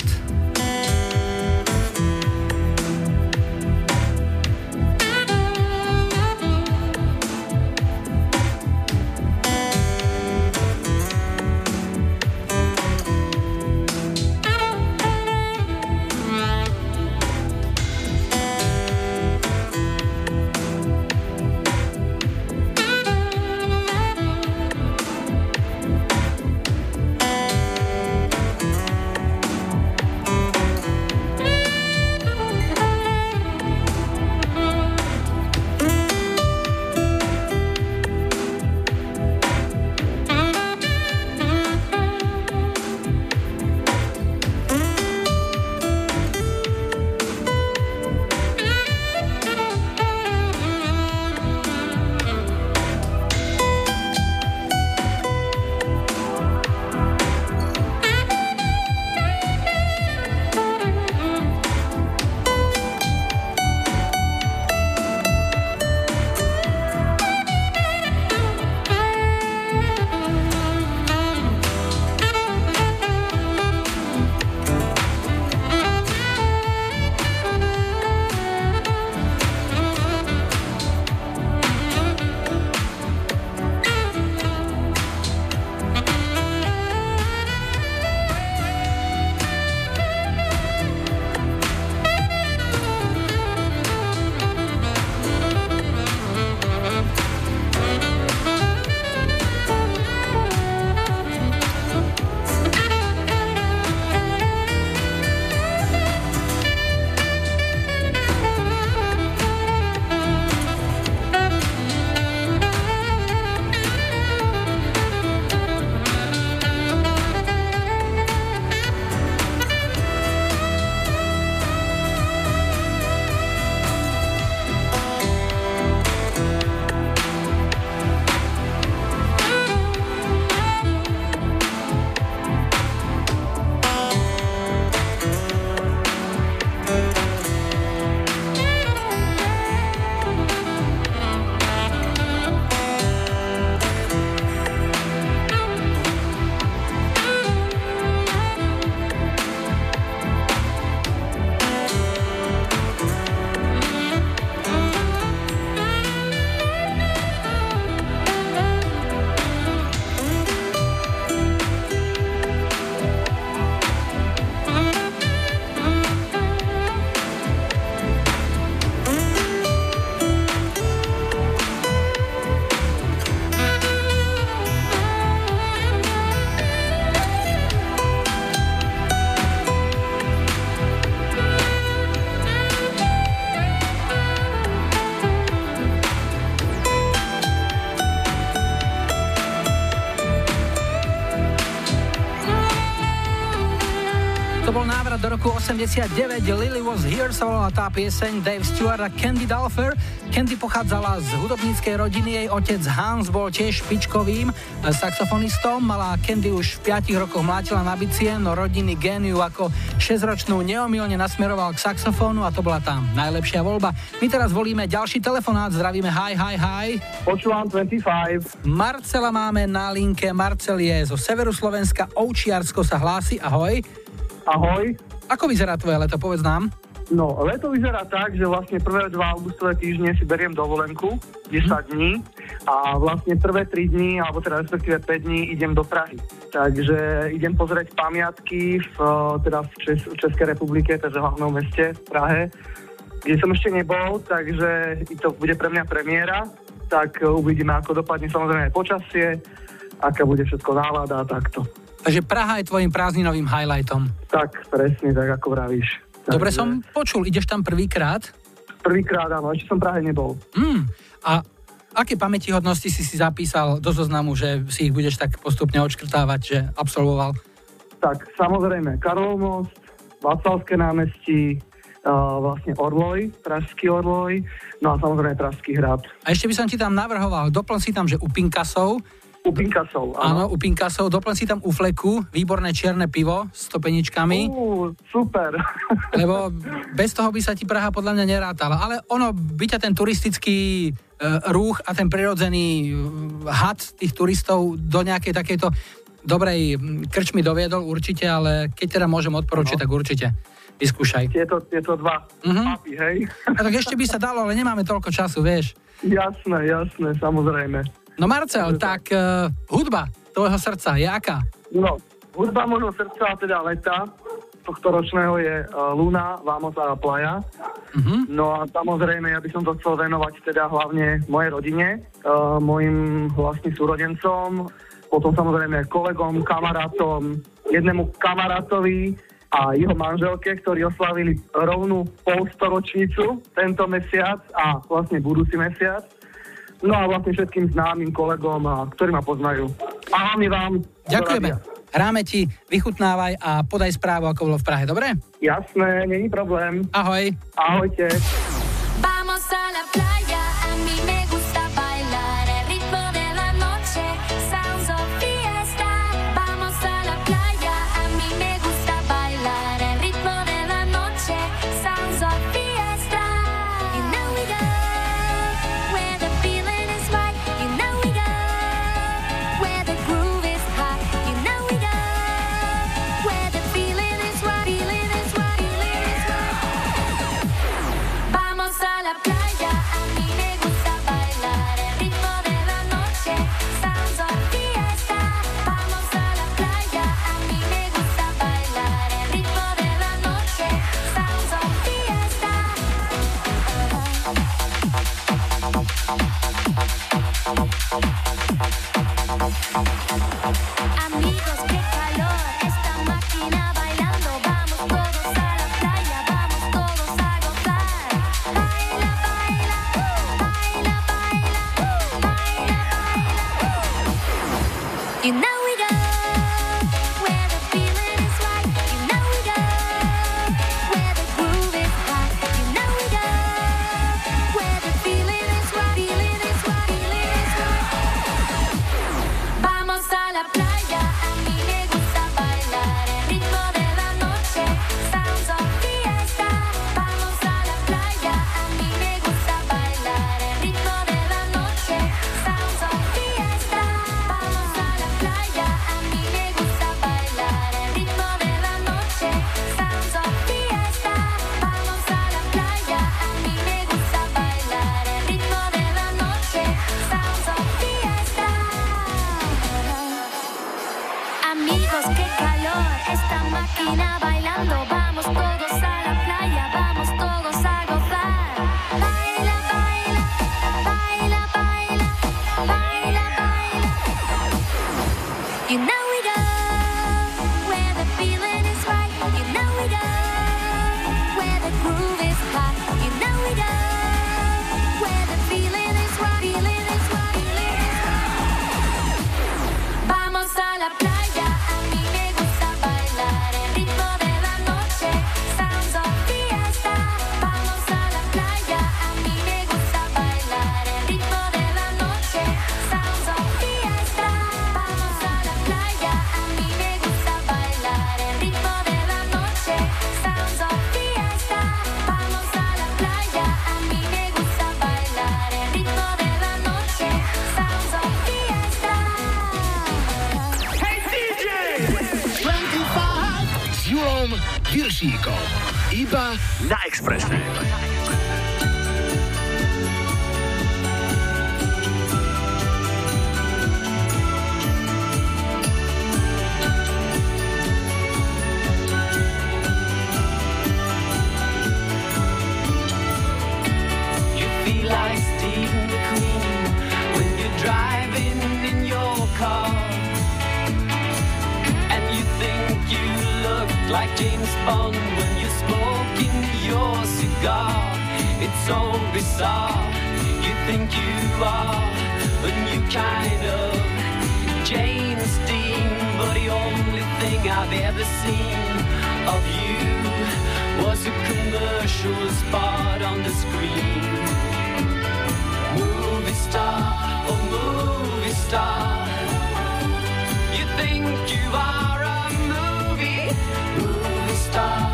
To bol návrat do roku 89, Lily Was Here sa volala tá pieseň, Dave Stewart a Candy Dulfer. Candy pochádzala z hudobníckej rodiny, jej otec Hans bol tiež špičkovým saxofonistom, mala Candy už v 5 rokoch mlátila na bicie, no rodinný géniu ako 6-ročnú neomylne nasmeroval k saxofónu a to bola tá najlepšia voľba. My teraz volíme ďalší telefonát, zdravíme, hi. Počúvam 25. Marcela máme na linke, Marcel je zo severu Slovenska, Ovčiarsko sa hlási, ahoj. Ahoj. Ako vyzerá tvoje leto, povedz nám? No, leto vyzerá tak, že vlastne prvé 2 augustové týždne si beriem dovolenku, 10 dní a vlastne prvé 3 dní, alebo teda respektíve 5 dní idem do Prahy. Takže idem pozrieť pamiatky v Českej republike, takže v hlavnom meste v Prahe, kde som ešte nebol, takže to bude pre mňa premiéra, tak uvidíme, ako dopadne samozrejme aj počasie, aká bude všetko nálada a takto. Takže Praha je tvojim prázdninovým highlightom. Tak, presne, tak ako vravíš. Dobre som počul, ideš tam prvýkrát? Prvýkrát, áno, ešte som v Prahe nebol. A aké pamätihodnosti si zapísal do zoznamu, že si ich budeš tak postupne odškrtávať, že absolvoval? Tak, samozrejme, Karlov most, Václavské námestí, vlastne Orloj, Pražský Orloj, no a samozrejme Pražský hrad. A ešte by som ti tam navrhoval, doplň si tam, že u Pinkasov. U Pinkasov, áno. Áno, u Pinkasov, doplň si tam u Fleku, výborné čierne pivo s topeničkami. Super. Lebo bez toho by sa ti Praha podľa mňa nerátala. Ale ono by ťa ten turistický ruch a ten prirodzený had tých turistov do nejakej takejto dobrej krčmy doviedol určite, ale keď teda môžem odporučiť, tak určite vyskúšaj. Tieto 2 papy, hej? A tak ešte by sa dalo, ale nemáme toľko času, vieš. Jasné, samozrejme. No Marcel, tak hudba tvojho srdca je aká? No, hudba môjho srdca, teda leta, tohto ročného je Luna, Vamos a la Playa. No a samozrejme, ja by som to chcel venovať teda hlavne mojej rodine, mojim vlastne súrodencom, potom samozrejme kolegom, kamarátom, jednému kamarátovi a jeho manželke, ktorí oslavili rovnú polstoročnicu tento mesiac a vlastne budúci mesiac. No a vlastne všetkým známym kolegom, ktorí ma poznajú. A hlavne vám. Ďakujeme. Hráme ti, vychutnávaj a podaj správu, ako bolo v Prahe, dobre? Jasné, není problém. Ahoj. Ahojte. Vamos a la playa, a mí me gusta bailar el ritmo de la noche, sounds of fiesta. Vamos a la playa, a mí me gusta bailar el ritmo de la noche, sounds of fiesta. You know we go where the feeling is right. You know we go where the groove is hot. You know we go where the feeling is right. Feeling is right. Feeling is right. Vamos a la playa, a mí me gusta bailar el ritmo de la noche, sounds of fiesta. Vamos a la playa, a mí me gusta bailar el ritmo de la noche, sounds of fiesta. Amigos, qué calor, esta máquina bailando, vamos todos a la playa, vamos todos a gozar. Baila, baila, baila, baila, baila, baila. You know we go where the feeling is right. You know we go where the groove is hot. You know we go where the feeling is right. Feeling is right. Feeling is right. Vamos a la playa, a mí me gusta bailar el ritmo de la noche, sounds of fiesta. Vamos a la playa, a mí me gusta bailar el ritmo de la noche, sounds of fiesta. Vamos a la playa, a mí me gusta bailar el ritmo de la noche, sounds of fiesta. Vamos a la playa, a mí me gusta bailar el ritmo de la noche, sounds of fiesta. Amigos, qué calor, esta máquina bailando, vamos todos a la playa, vamos todos a gozar. Baila, baila, baila, baila, baila, baila. You know we go where the feeling is right. You know we go where the groove is hot. You know we go where the feeling is right. Feeling is right. Feeling is right. Vamos a la playa, a mí me gusta bailar el ritmo de la Julom Viršíkom. Iba na Expresse. Like Steve McQueen when you're driving in your car and you think you look like James Bond when you're smoking your cigar. It's so bizarre. You think you are a new kind of James Dean, but the only thing I've ever seen of you was a commercial spot on the screen. Movie star, you think you are a movie star,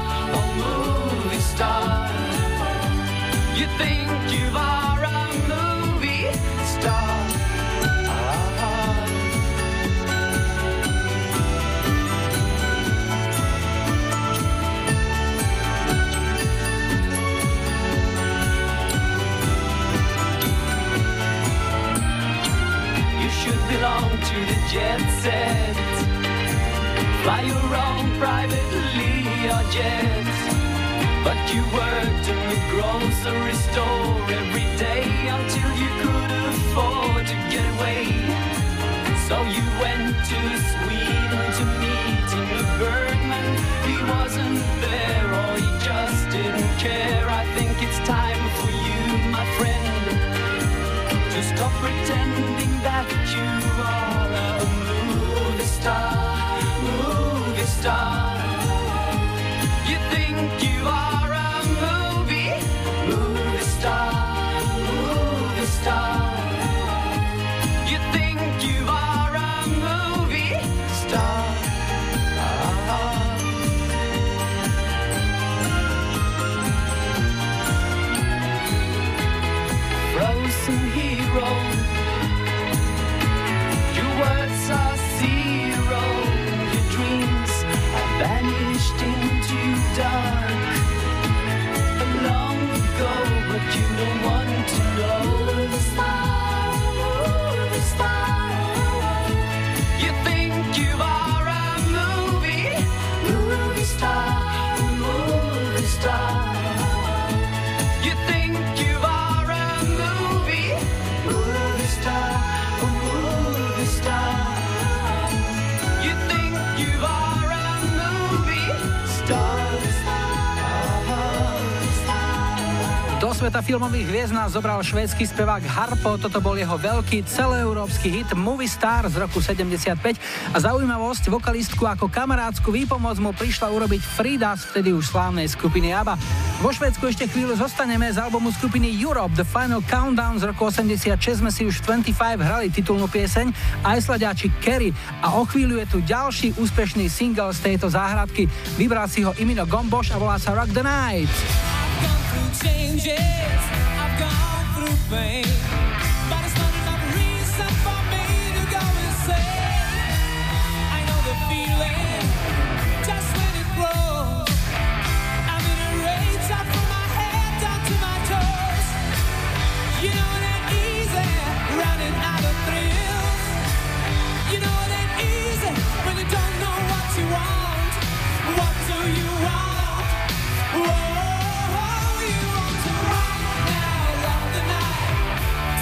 you think you are a movie star. Belong to the jet set, fly your own private Learjet, but you worked in the grocery store every day until you could afford to get away. So you went to Sweden to meet Ingmar Bergman. He wasn't there or he just didn't care. I think it's time for you, my friend, to stop pretending that you are a movie star. You think you are a movie star. You think you are a movie star. Frozen hero. Words are zero, your dreams have vanished into dark long ago, but you don't want to know. Movie star. You think you are a movie star. You think you are a movie star. You think you are a movie star. Do sveta filmových hviezd nás zobral švédsky spevák Harpo, toto bol jeho veľký celoeurópsky hit Movie Star z roku 75 a zaujímavosť, vokalistku ako kamarátsku výpomoc mu prišla urobiť Frida z vtedy už slávnej skupiny ABBA. Vo Švédsku ešte chvíľu zostaneme, z albumu skupiny Europe The Final Countdown z roku 86 sme si už v 25 hrali titulnú pieseň a sladiači Kerry a o chvíľu je tu ďalší úspešný single z tejto záhradky. Vybral si ho Imino Gomboš a volá sa Rock the Night. Changes, I've gone through pain, but it's not enough reason for me to go insane. I know the feeling, just when it grows. I'm in a rage up from my head down to my toes. You know it ain't easy, running out of thrills. You know it ain't easy when you don't know what you want. What do you want? Whoa.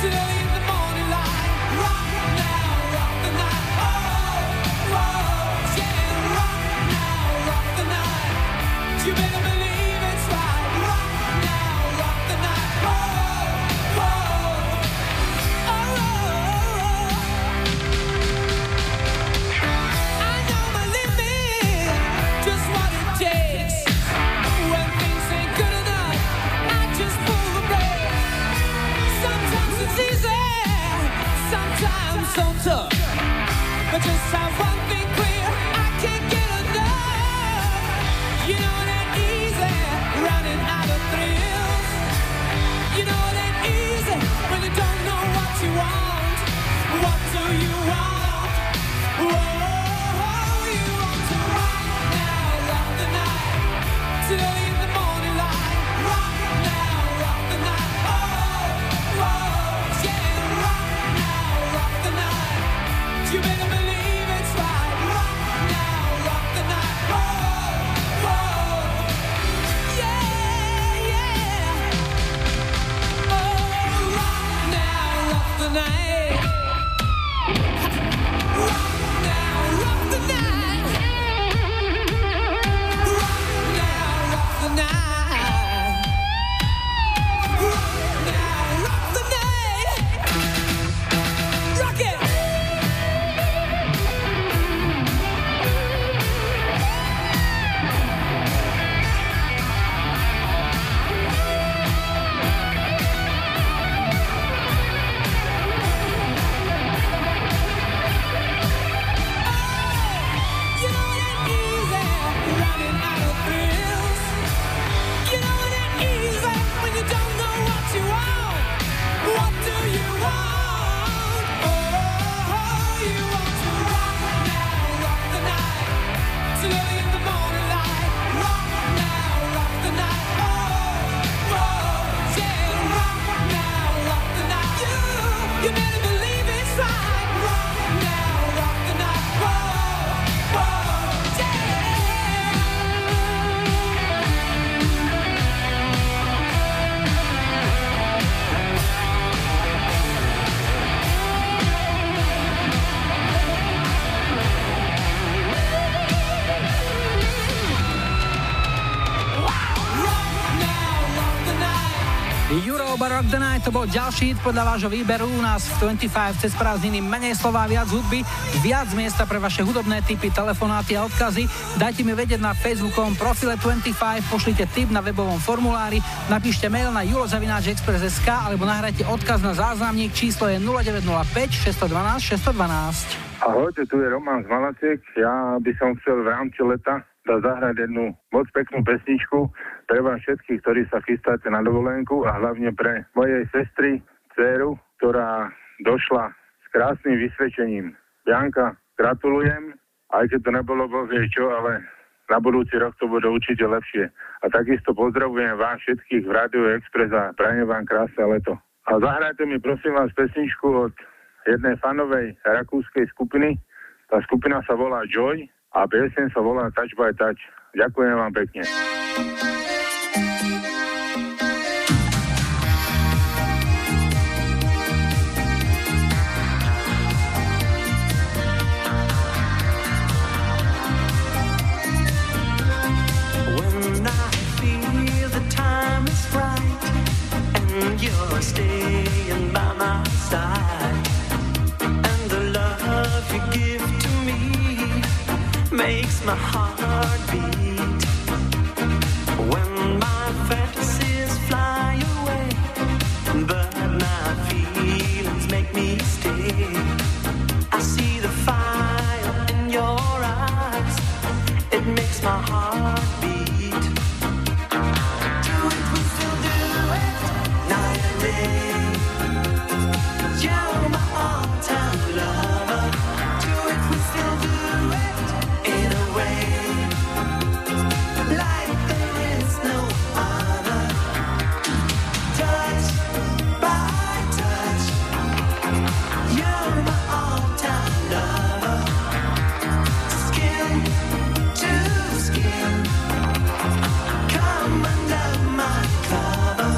Sober Rock the Night, to bol ďalší hit podľa vášho výberu u nás v 25 cez prázdniny. Menej slová, viac hudby, viac miesta pre vaše hudobné tipy, telefonáty a odkazy. Dajte mi vedieť na facebookovom profile 25, pošlite tip na webovom formulári, napíšte mail na julo@express.sk alebo nahrajte odkaz na záznamník, číslo je 0905 612 612. Ahojte, tu je Roman z Malaciek. Ja by som chcel v rámci leta zahrať jednu moc peknú pesničku pre vás všetkých, ktorí sa chystáte na dovolenku a hlavne pre mojej sestry, dceru, ktorá došla s krásnym vysvedčením. Janka, gratulujem, aj keď to nebolo bohvie čo, ale na budúci rok to bude určite lepšie. A takisto pozdravujem vás všetkých v Rádiu Express a prajem vám krásne leto. A zahrajte mi prosím vás pesničku od jednej fanovej rakúskej skupiny. Tá skupina sa volá Joy a pieseň sa volá Touch by Touch. Ďakujem vám pekne. When I feel the time is right and you're staying by my side, and the love you give to me makes my heart beat. When my fantasies fly away, but my feelings make me stay. I see the fire in your eyes, it makes my heart beat. Do it, we still do it, night and day. You're my all-time lover. Do it, we still do it, in a way, like there is no other. Touch by touch, you're my all-time lover. Skin to skin, come under my cover.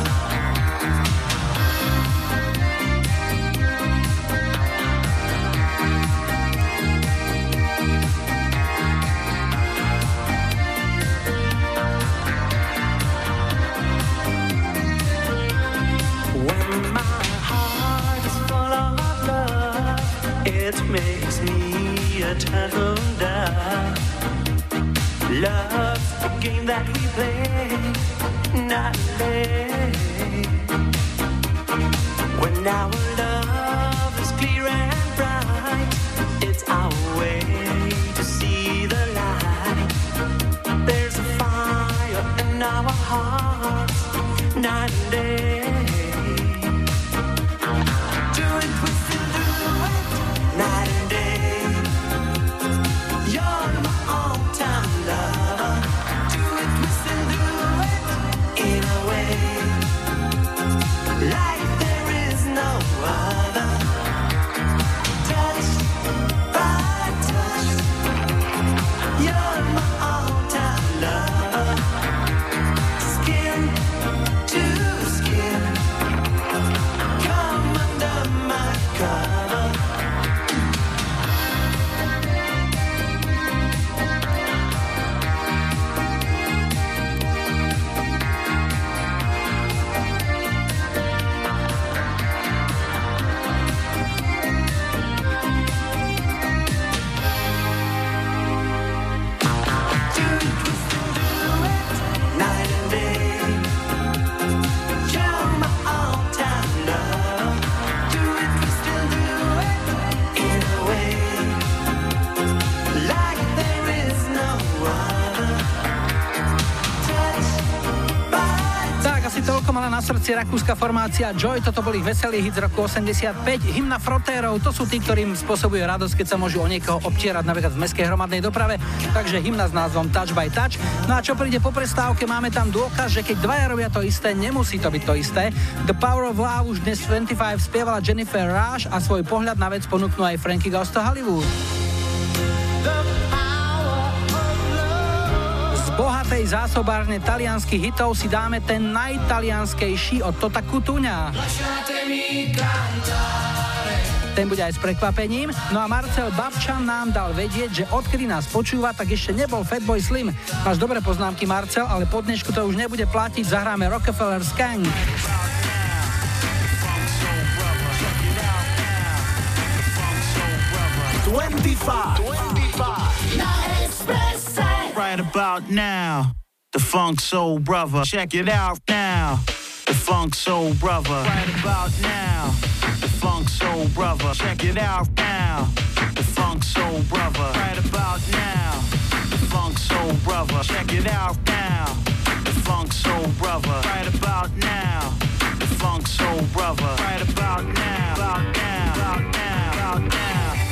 When my heart is full of love, it makes me a turtle dove. Love's the game that we play, not day. When our love is clear and bright, it's our way to see the light. There's a fire in our hearts, night and day. Do it, we still do it, night and day. You're my all-time lover. Do it, we still do it, in a way, like there is no other. Touch by touch, you're my all-time lover. Skin to skin, come under my cover. Do it, we still do it, night and day. You're my all-time love. Do it, we still do it, in a way, like there is no other. Touch by Tak, asi toľko mala na srdci rakúska formácia Joy, toto bol ich veselý hit z roku 85, hymna frotérov, to sú tí, ktorým spôsobuje radosť, keď sa môžu o niekoho obtierať napríklad v mestskej hromadnej doprave, takže hymna s názvom Touch by Touch. No a čo príde po prestávke, máme tam dôkaz, že keď dvaja robia to isté, nemusí to byť to isté. The Power of Love už dnes 25 spievala Jennifer Rush a svoj pohľad na vec ponúknú aj Frankie Goes to Hollywood. Z bohatej zásobárne talianskych hitov si dáme ten najtalianskejší od Tota Cutugna. Ten bude aj s prekvapením. No a Marcel Babčan nám dal vedieť, že odkedy nás počúva, tak ešte nebol Fatboy Slim. Máš dobré poznámky, Marcel, ale po dnešku to už nebude platiť, zahráme Rockefeller Skank. Right about now, the Funk Soul Brother. Check it out now. The Funk Soul Brother. Right about now, the Funk Soul Brother. Check it out now. The Funk Soul Brother. Right about now, the Funk Soul Brother. Check it out now. The Funk Soul Brother. Right about now, the Funk Soul Brother. Right about now, about now, about now, about now.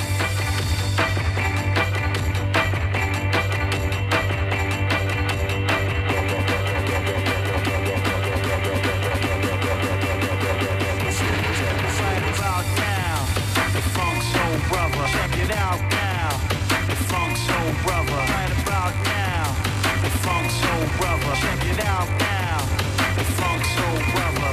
Brother, check it out now. The Funk Soul Brother, right about now. The Funk Soul Brother, check it out now. The Funk Soul Brother.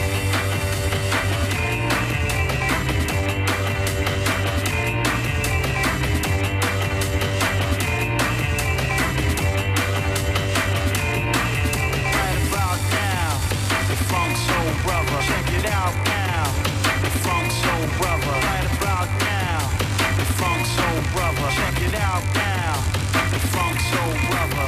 Right about now. The Funk Soul Brother, check it out now. The Funk Soul Brother, right about now. The Funk Soul Brother, check it out now. The Funk Soul Brother.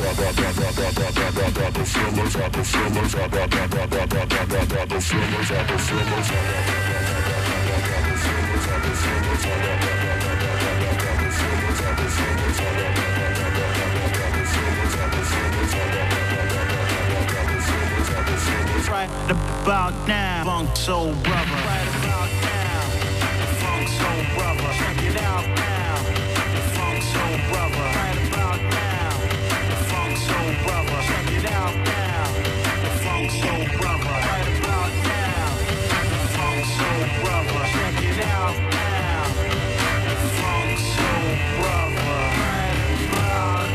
Right about now, Funk Soul Brother. Right about now, Funk Soul Brother. Check it out now, the Funk Soul Brother. Right about now, the Funk Soul Brother. Check it out now, the Funk Soul Brother. Right about now, the Funk Soul Brother. Check it out now, the Funk Soul Brother. Right about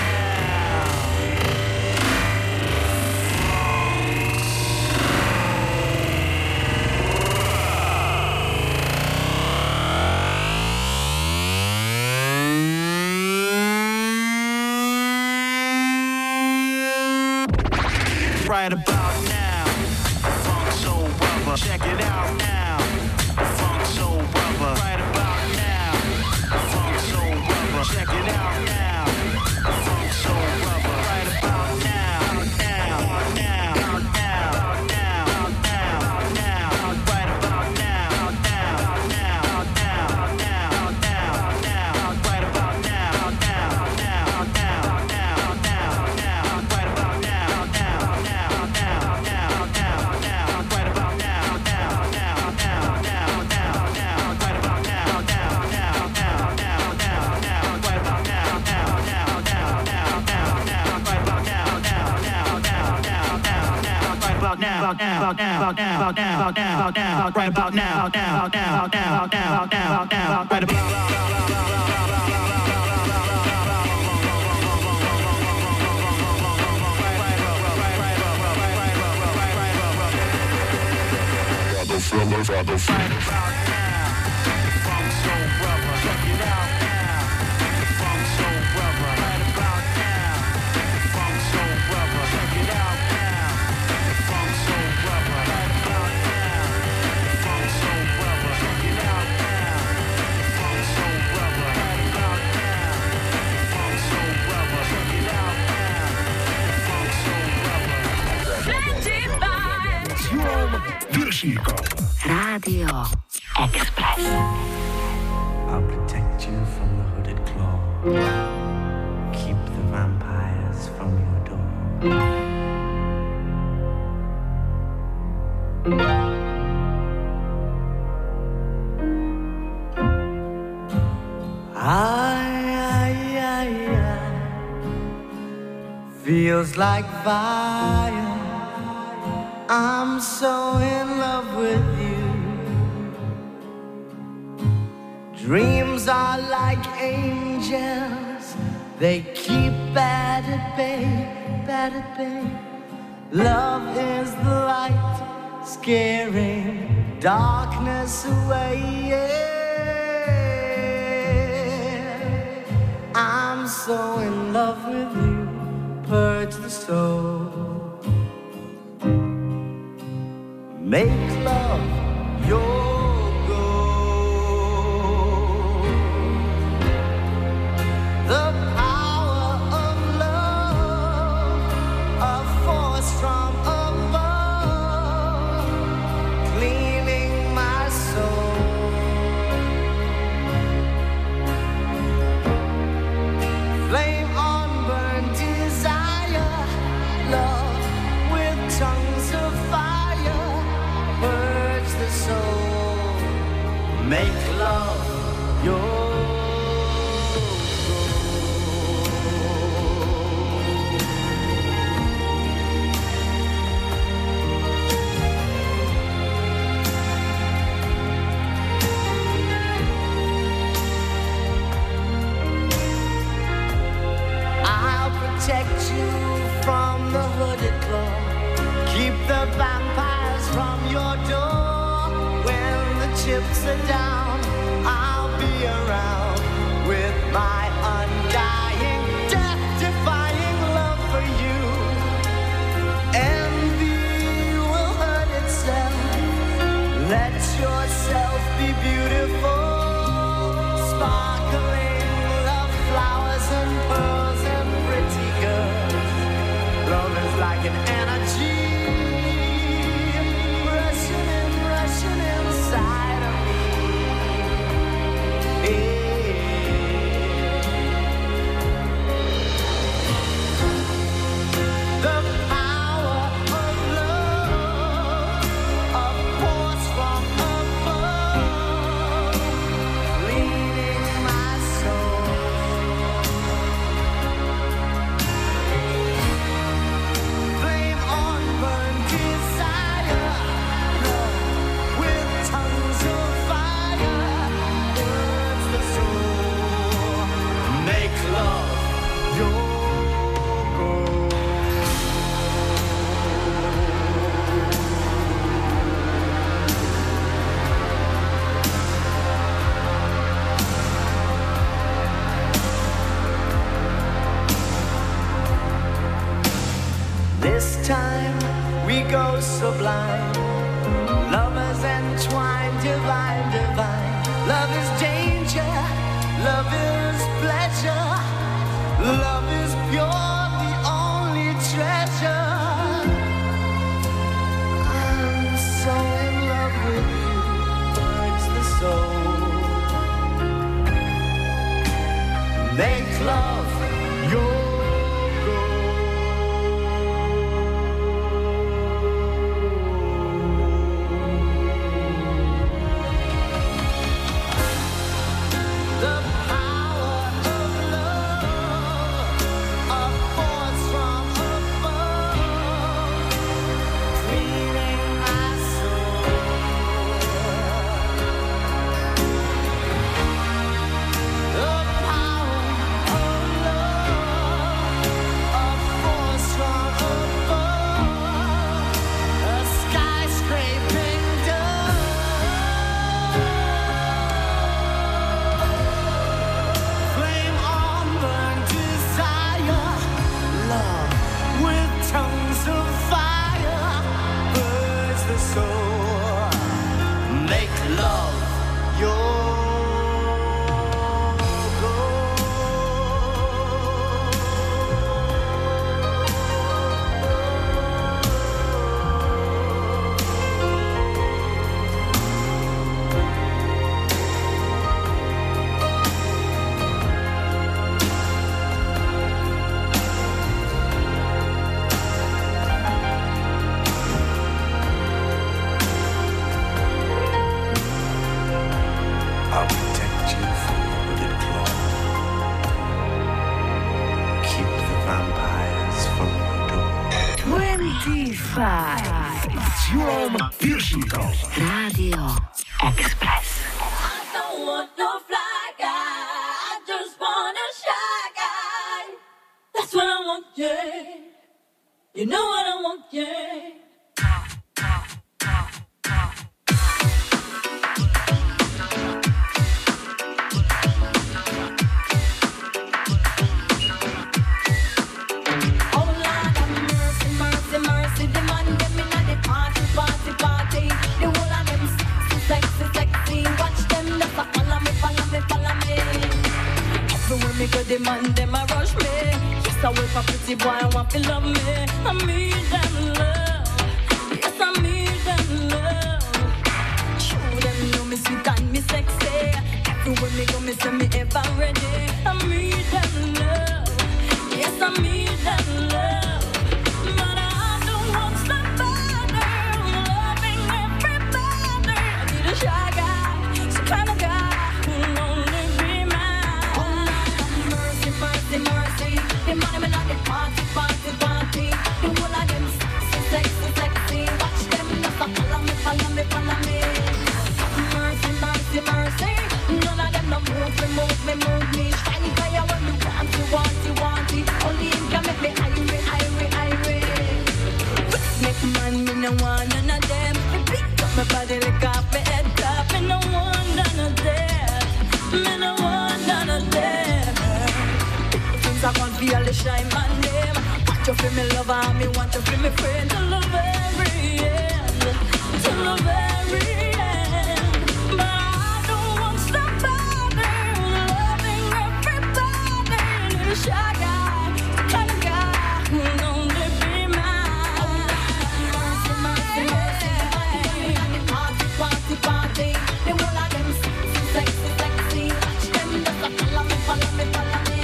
right about now, Funk Soul Brother. Check it out now, Funk Soul Brother. Right about now, Funk Soul Brother. Check it out now, Funk Soul Brother. Right about now, now, now, now, now, now, now. Right about now, now, now, now, now, now, now. Right about now, now, now, now, now, now, now. Right about now, now, now. Right about now, now, now, now, now, now, now, right about Fellas, I don't feel right about now, Funk Soul Brother. Check it out now, Funk Soul Brother. Right about now, Funk Soul Brother. Check it out now, Funk Soul Brother. Right about now, Funk Soul Brother. Check it out now, Funk Soul Brother. Right about now, Funk Soul Brother. Check it out now, Funk Soul Brother. 25 Radio Express. I'll protect you from the hooded claw. Keep the vampires from your door. Feels like fire. I'm so in love with you. Dreams are like angels. They keep bad at bay, bad at bay. Love is the light, scaring darkness away. Yeah. I'm so in love with you. Purge the soul. Make love your goal. protect you from the hooded claw. Keep the vampires from your door. When the chips are down, I'll be around with my undying, death-defying love for you. Envy will hurt itself. Let yourself be beautiful. Sparkling love flowers and pearls and pretty girls. Love is like an energy rushing inside of me. The power of love, a force from above, leading my soul. Flame on, burn desire, love with tongues of fire, burns the soul. Make love your goal. This time we go sublime. Lovers entwined, divine, divine. Love is danger, love is pleasure. Love is pure, the only treasure. I'm so in love with you, burns the soul. Make love your the power of love, a force from above, cleaning my soul. The power of love, a force from above, a skyscraping dove. Flame on, burn desire, love with tongues of fire, burns the soul. Make love your I'll protect you from the hooded claw. Keep the vampires from your door. 25. S Julom Piršíkom. Radio Express. I don't want no fly guy. I just want a shy guy. That's what I want, yeah. You know what I want, yeah. Oh Lord have mercy, mercy, mercy. The man them inna the party, party, party. The whole of them sexy, sexy, sexy. Watch them just a follow me, follow me, follow me. Everywhere me go, the man them a rush me. Yes, I wait for pretty boy, I want to love me. I need them love. Yes, I need them love. Show them know me sweet and me sexy. Everywhere me go, me say me ever ready. I need them love. Yes, I need them love. But I don't want somebody loving everybody. I need a shy guy, some kind of guy who'll only be mine. Oh Lord have mercy, mercy, mercy. The money me not the party, party, party. The whole of them sexy, sexy, sexy. Watch them just a follow me, follow me, follow me. Mercy, mercy, mercy. None of them no move me, move me, move me. Shine fire when you want to walk. want none of them. Me pick up my body, lick off my head top. Me no want none of them. Me no want none of them. Things I want feel the shine man them. Want you feel me lover, me want you feel me friend. Till the very end, till the very end. But I don't want somebody loving everybody. Need a shy guy, the kind of guy who only be mine. Mercy, mercy, mercy, party, party, party. The whole of them sexy, sexy, sexy. Watch them just a follow me, follow me, follow me.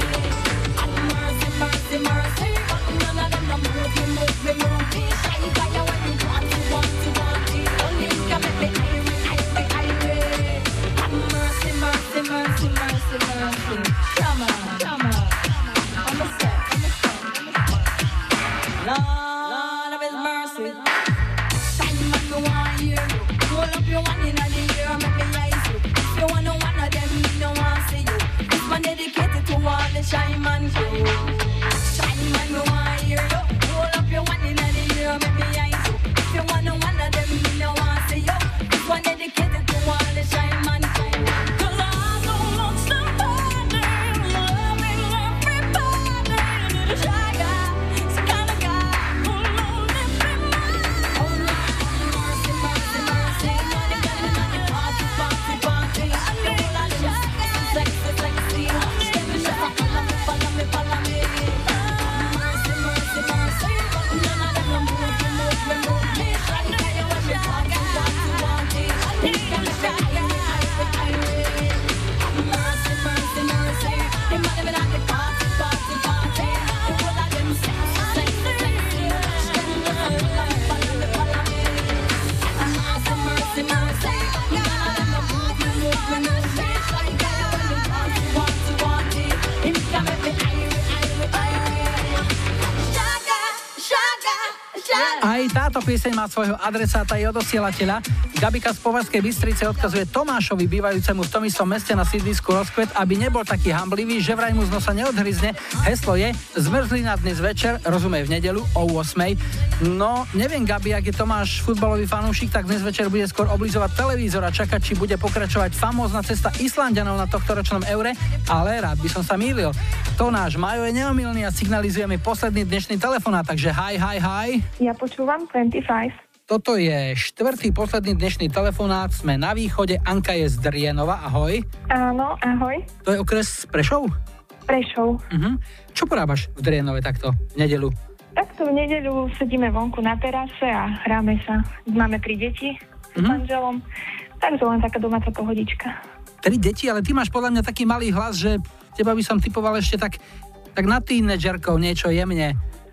Mercy, mercy, mercy. But none of them no move me, move me, move me. Shy guy, when you want to, want to, want to. Only you can make me irate, irate. Mercy, mercy, mercy, mercy, mercy. Come on, come on. I'm a step, I'm a step, I'm a step. Lord of His mercy. Shine man, me want hear you. Hold up your one in the air, make me eyes you. If you want one of them, me no want see you. This one dedicated to all the shine man crew. Shine man, me want hear you. Hold up your one in the air, make me eyes you. If you want one of them, me no want see you. This one dedicated to all the shine man crew. 'Cause I don't want somebody loving everybody. Need a shy guy, some kind of guy who knows everybody. Oh Lord, mercy, mercy, mercy. Party, party, party. The whole of them sexy, sexy. Watch them just a follow me, follow me, follow me. Mercy, mercy, mercy. None of them no move me, move me, move me. Shy guy, when you party, party, party. Think I'm shy guy, irate. Mercy, mercy, mercy. The money me like the party, party, party. The whole of them sexy, sexy, sexy. Watch them just a follow me, follow me, follow me. Mercy, mercy, mercy. None of them no move me, move me, move me. Shy guy, when you party, party, party. Him can make me irate, irate. Shaga, shaga, shaga. Aj táto pieseň má svojho adresáta i odosielateľa. Gabika z Považskej Bystrice odkazuje Tomášovi, bývajúcemu v tom istom meste na sídlisku Rozkvet, aby nebol taký hamblivý, že vraj mu z nosa neodhryzne. Heslo je zmrzlina dnes večer, rozumej v nedeľu o 8. No, neviem, Gabi, ak je Tomáš futbalový fanúšik, tak dnes večer bude skôr oblizovať televízor a čakať, či bude pokračovať famózna cesta Islanďanov na tohtoročnom Eure, ale rád by som sa mýlil. To náš Majo je neomylný a signalizuje mi posledný dnešný telefonát, takže hi. Ja počúvam 25. Toto je štvrtý posledný dnešný telefonát, sme na východe, Anka je z Drienova, ahoj. Áno, ahoj. To je okres Prešov? Prešov. Čo porábaš v Drienove takto, v nedeľu? Takto v nedeľu sedíme vonku na terase a hráme sa. Máme 3 deti s manželom, takže len taká domáca pohodička. 3 deti, ale ty máš podľa mňa taký malý hlas, že teba by som typoval ešte tak na tínedžerkou niečo jemne.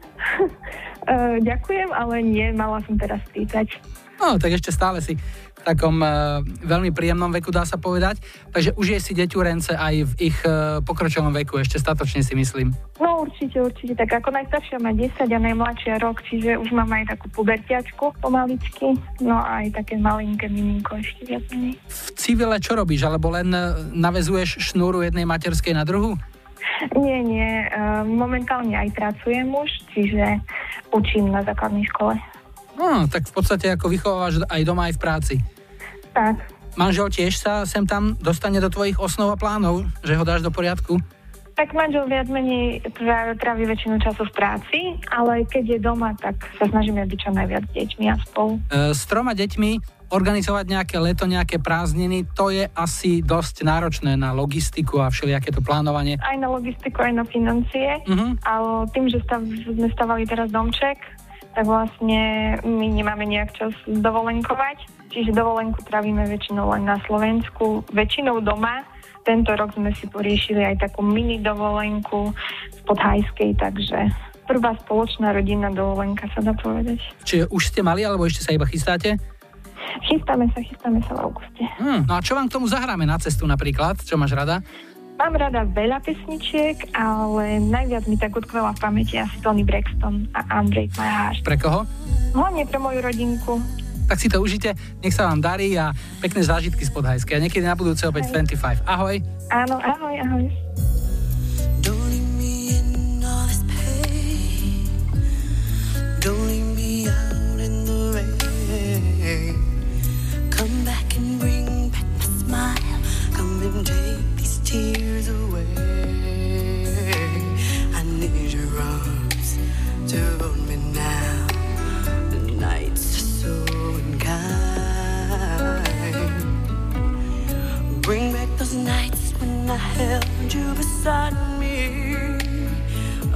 Ďakujem, ale nie, mala som teraz 30. No, tak ešte stále si v takom veľmi príjemnom veku, dá sa povedať. Takže užije si deťurence aj v ich pokročilom veku, ešte statočne si myslím. No určite. Tak ako najstaršia má 10 a najmladšia rok, čiže už mám aj takú pubertiačku pomaličky. No a aj také malinké miminko ešte viac menej. V civile čo robíš? Alebo len naväzuješ šnúru jednej materskej na druhu? Nie. Momentálne aj pracujem už, čiže učím na základnej škole. No, tak v podstate ako vychovávaš aj doma, aj v práci. Tak. Manžel tiež sa sem tam dostane do tvojich osnov a plánov, že ho dáš do poriadku? Tak manžel viac menej trávi väčšinu času v práci, ale keď je doma, tak sa snažíme byť čo najviac s deťmi a spolu. S 3 deťmi organizovať nejaké leto, nejaké prázdniny, to je asi dosť náročné na logistiku a všelijaké to plánovanie. Aj na logistiku, aj na financie. Ale tým, že sme stavali teraz domček, tak vlastne my nemáme nejak čas dovolenkovať. Čiže dovolenku trávime väčšinou len na Slovensku, väčšinou doma. Tento rok sme si poriešili aj takú mini dovolenku v Podhajskej, takže prvá spoločná rodinná dovolenka, sa dá povedať. Čiže už ste mali, alebo ešte sa iba chystáte? Chystáme sa v auguste. No a čo vám k tomu zahráme na cestu napríklad? Čo máš rada? Mám rada veľa pesničiek, ale najviac mi tak utkvela v pamäti asi Tony Braxton a Unbreak My Heart. Pre koho? Hlavne pre moju rodinku. Tak si to užite, nech sa vám darí a pekné zážitky z Podhajskej. A niekedy na budúce opäť 25. Ahoj. Áno, ahoj. Don't leave me in all this pain. Don't leave me out in the rain.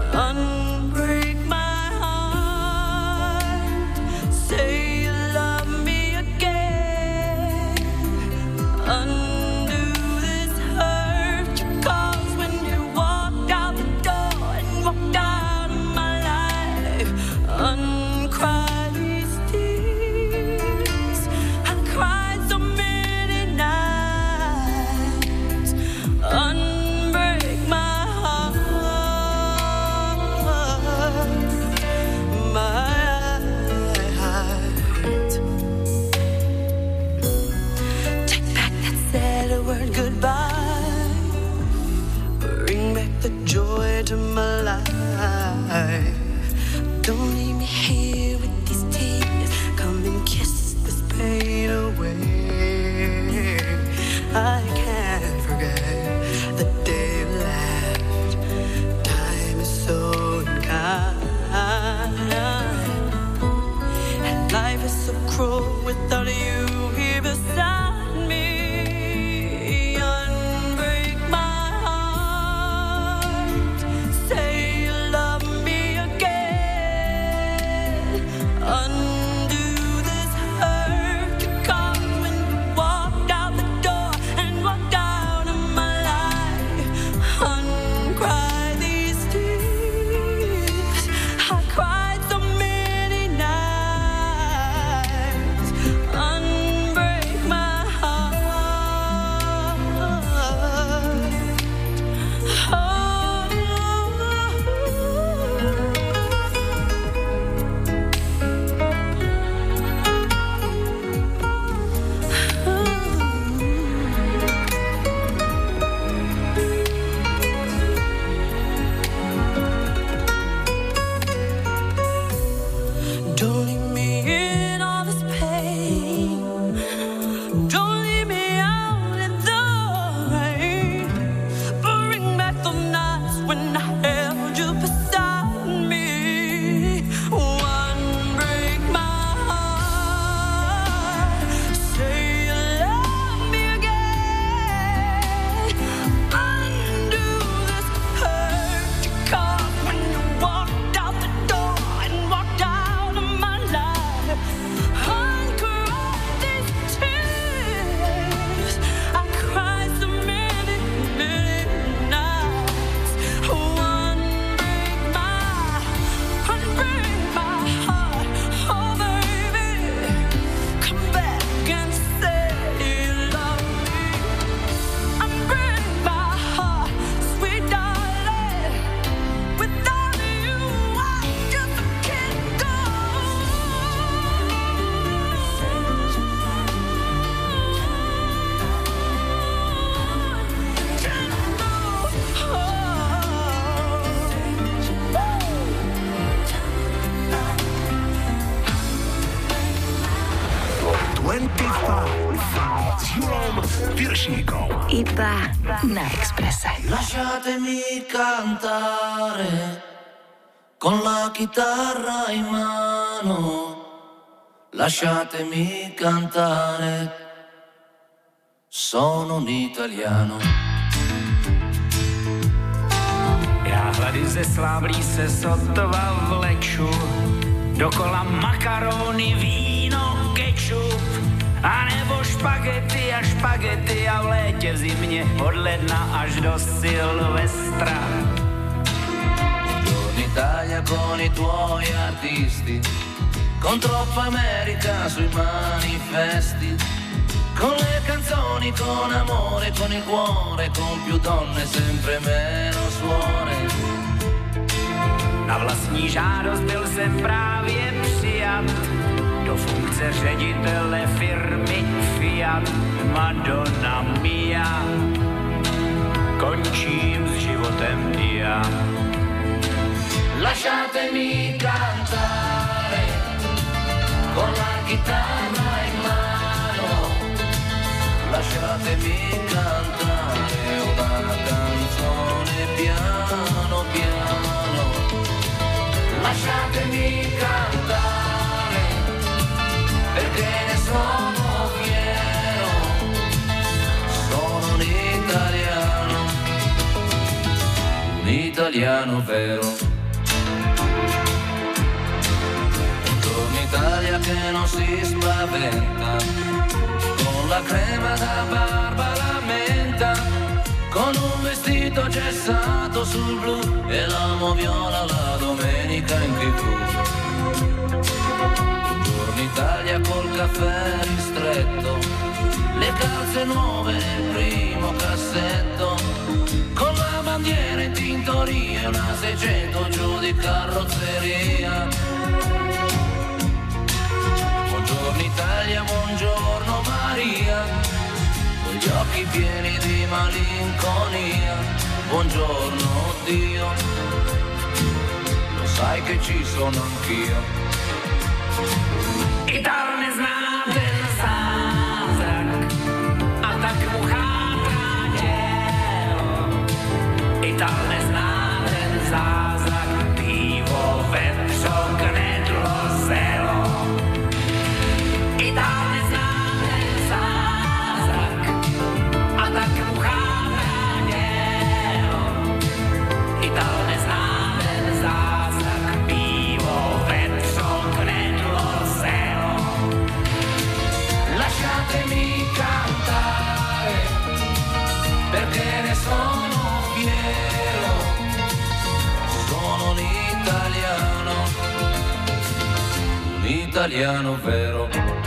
unbreak my heart. Say you love me again. Undo this hurt you caused when you walked out the door and walked out of my life. Uncry these tears. I cried so many nights. Unbreak my heart. Take back that sad word goodbye. Bring back the joy to my life. Don't leave me here with these tears. Come and kiss this pain away. I can't forget the day you left. Time is so unkind, and life is so cruel without you here beside me. Unbreak my heart. Say you love me again. Undo this hurt you caused when you walked out the door and walked out of my life. Uncry these tears. I cried so many nights. Unbreak my heart. Don't leave me in all this pain. Don't leave me out in the rain. Bring back the nights when I held you beside me. Unbreak my heart. Say you love me again. Undo this hurt you caused when you walked out the door and walked out of my life. Uncry these tears. I cried so many, many nights. Unbreak my heart. Oh baby, come back and say you love me. Unbreak my heart, sweet darling. Without you, I just can't go. S Julom Piršíkom. Iba na Expresse. Lasciatemi cantare con la chitarra in mano. Lasciatemi cantare, sono un italiano. Já hlady ze sláblí se sotva vleču, dokola makarony, víno, kečup, a nebo špagety a v létě v zimě od ledna až do Silvestra. In Italia con i tuoi artisti, con troppa America sui manifesti, con le canzoni, con amore, con il cuore, con più donne, sempre meno suore. Na vlastní žádost byl jsem právě přijat do funkce ředitele firmy Fiat. Madonna mia, končím s životem i já. Lasciatemi cantare con la chitarra in mano. Lasciatemi cantare una canzone piano piano. Lasciatemi cantare perché ne sono fiero. Sono un italiano vero. Un'Italia che non si spaventa, con la crema da barba la menta, con un vestito gessato sul blu e l'amo viola la domenica in TV. Buongiorno Italia col caffè ristretto, le calze nuove nel primo cassetto, con la bandiera in tintoria e una 600 giù di carrozzeria. Buongiorno Italia, buongiorno Maria, con gli occhi pieni di malinconia. Buongiorno Dio, lo sai che ci sono anch'io. Ital nezná ten zázrak a tak mu chátra tělo. Ital nezná ten zázrak, pivo, vepřo, knedlo, zelo. Ital nezná ten zázrak a tak mu chátra tělo. Ital nezná ten zázrak, pivo, vepřo, knedlo, zelo. Lasciatemi cantare, perché ne sono fiero. Sono un italiano vero.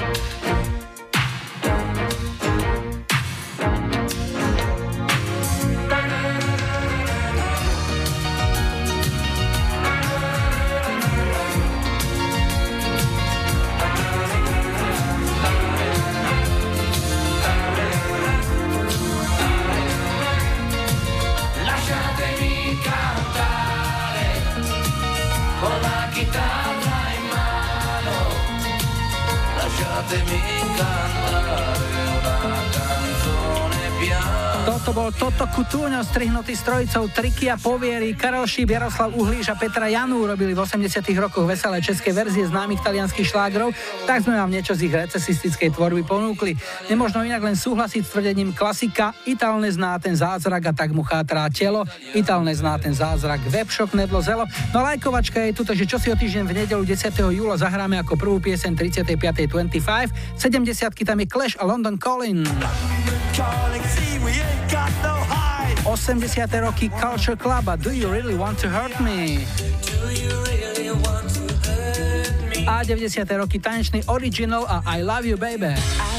Lasciatemi cantare con la chitarra in mano, lasciatemi cantare una canzone piano. Toto bol Toto Cutúňo, strihnutý s trojicou Triky a Poviery. Karel Šíp, Jaroslav Uhlíš a Petra Janú robili v 80 rokoch veselé české verzie známych talianských šlágrov, tak sme vám niečo z ich recesistickej tvorby ponúkli. Nemožno inak len súhlasiť s tvrdením klasika: Ital nezná ten zázrak a tak mu chátrá telo, Ital nezná ten zázrak, vepšok, nedlo, zelo. No lajkovačka je tu, takže čo si o týždeň v nedeľu 10. júla zahráme ako prvú pieseň 35. 25, 70-ky tam je Clash a London Calling. 80. roky Culture Club a Do You Really Want to Hurt Me? A 90. roky tanečný Original a I Love You Baby.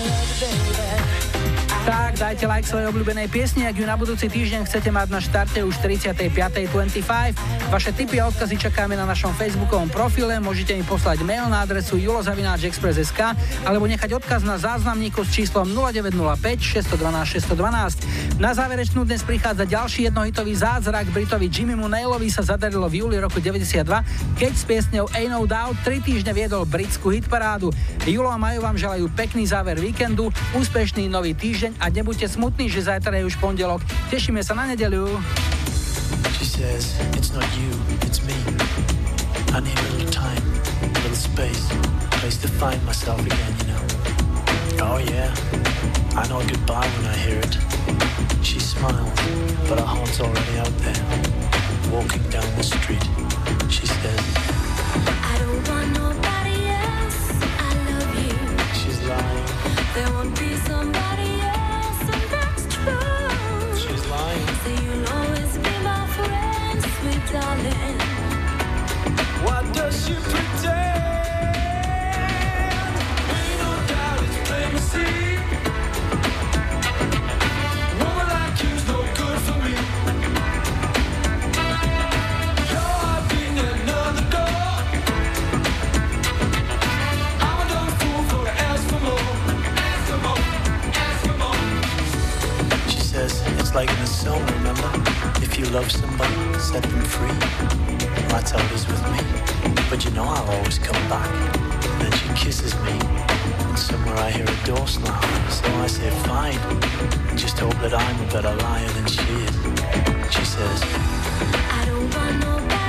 Tak, dajte like svojej obľúbenej piesni, ak ju na budúci týždeň chcete mať na štarte už 35. 25. Vaše tipy a odkazy čakáme na našom facebookovom profile, môžete mi poslať mail na adresu julo@express.sk alebo nechať odkaz na záznamníku s číslom 0905 612 612. Na záverečnú dnes prichádza ďalší jednohitový zázrak. Britovi Jimmymu Nailovi sa zadarilo v júli roku 92, keď s piesňou Ain't No Doubt 3 týždne viedol britskú hitparádu. Julo a Majo vám želajú pekný záver víkendu, úspešný nový týždeň a nebuďte smutní, že zajtra je už pondelok. Tešíme sa na nedeľu. She says, it's not you, it's me. I need a little time, a little space, place to find myself again, you know. Oh yeah, I know a goodbye when I hear it. She smiles, but her heart's already out there, walking down the street. She says, I don't want nobody else, I love you. She's lying. There won't be somebody else, and that's true. She's lying. So you'll always be my friend, sweet darling. Why does she pretend? Ain't no doubt it's plain to see. Woman like you's no good for me. Your heart being another door. I'm a dumb fool for to ask for more. Ask for more, ask for more. She says, it's like in a song, remember? If you love somebody, set them free. That's how it is with me. But you know I'll always come back. Then she kisses me, and somewhere I hear a door slam. So I say fine, and just hope that I'm a better liar than she is. She says, I don't want nobody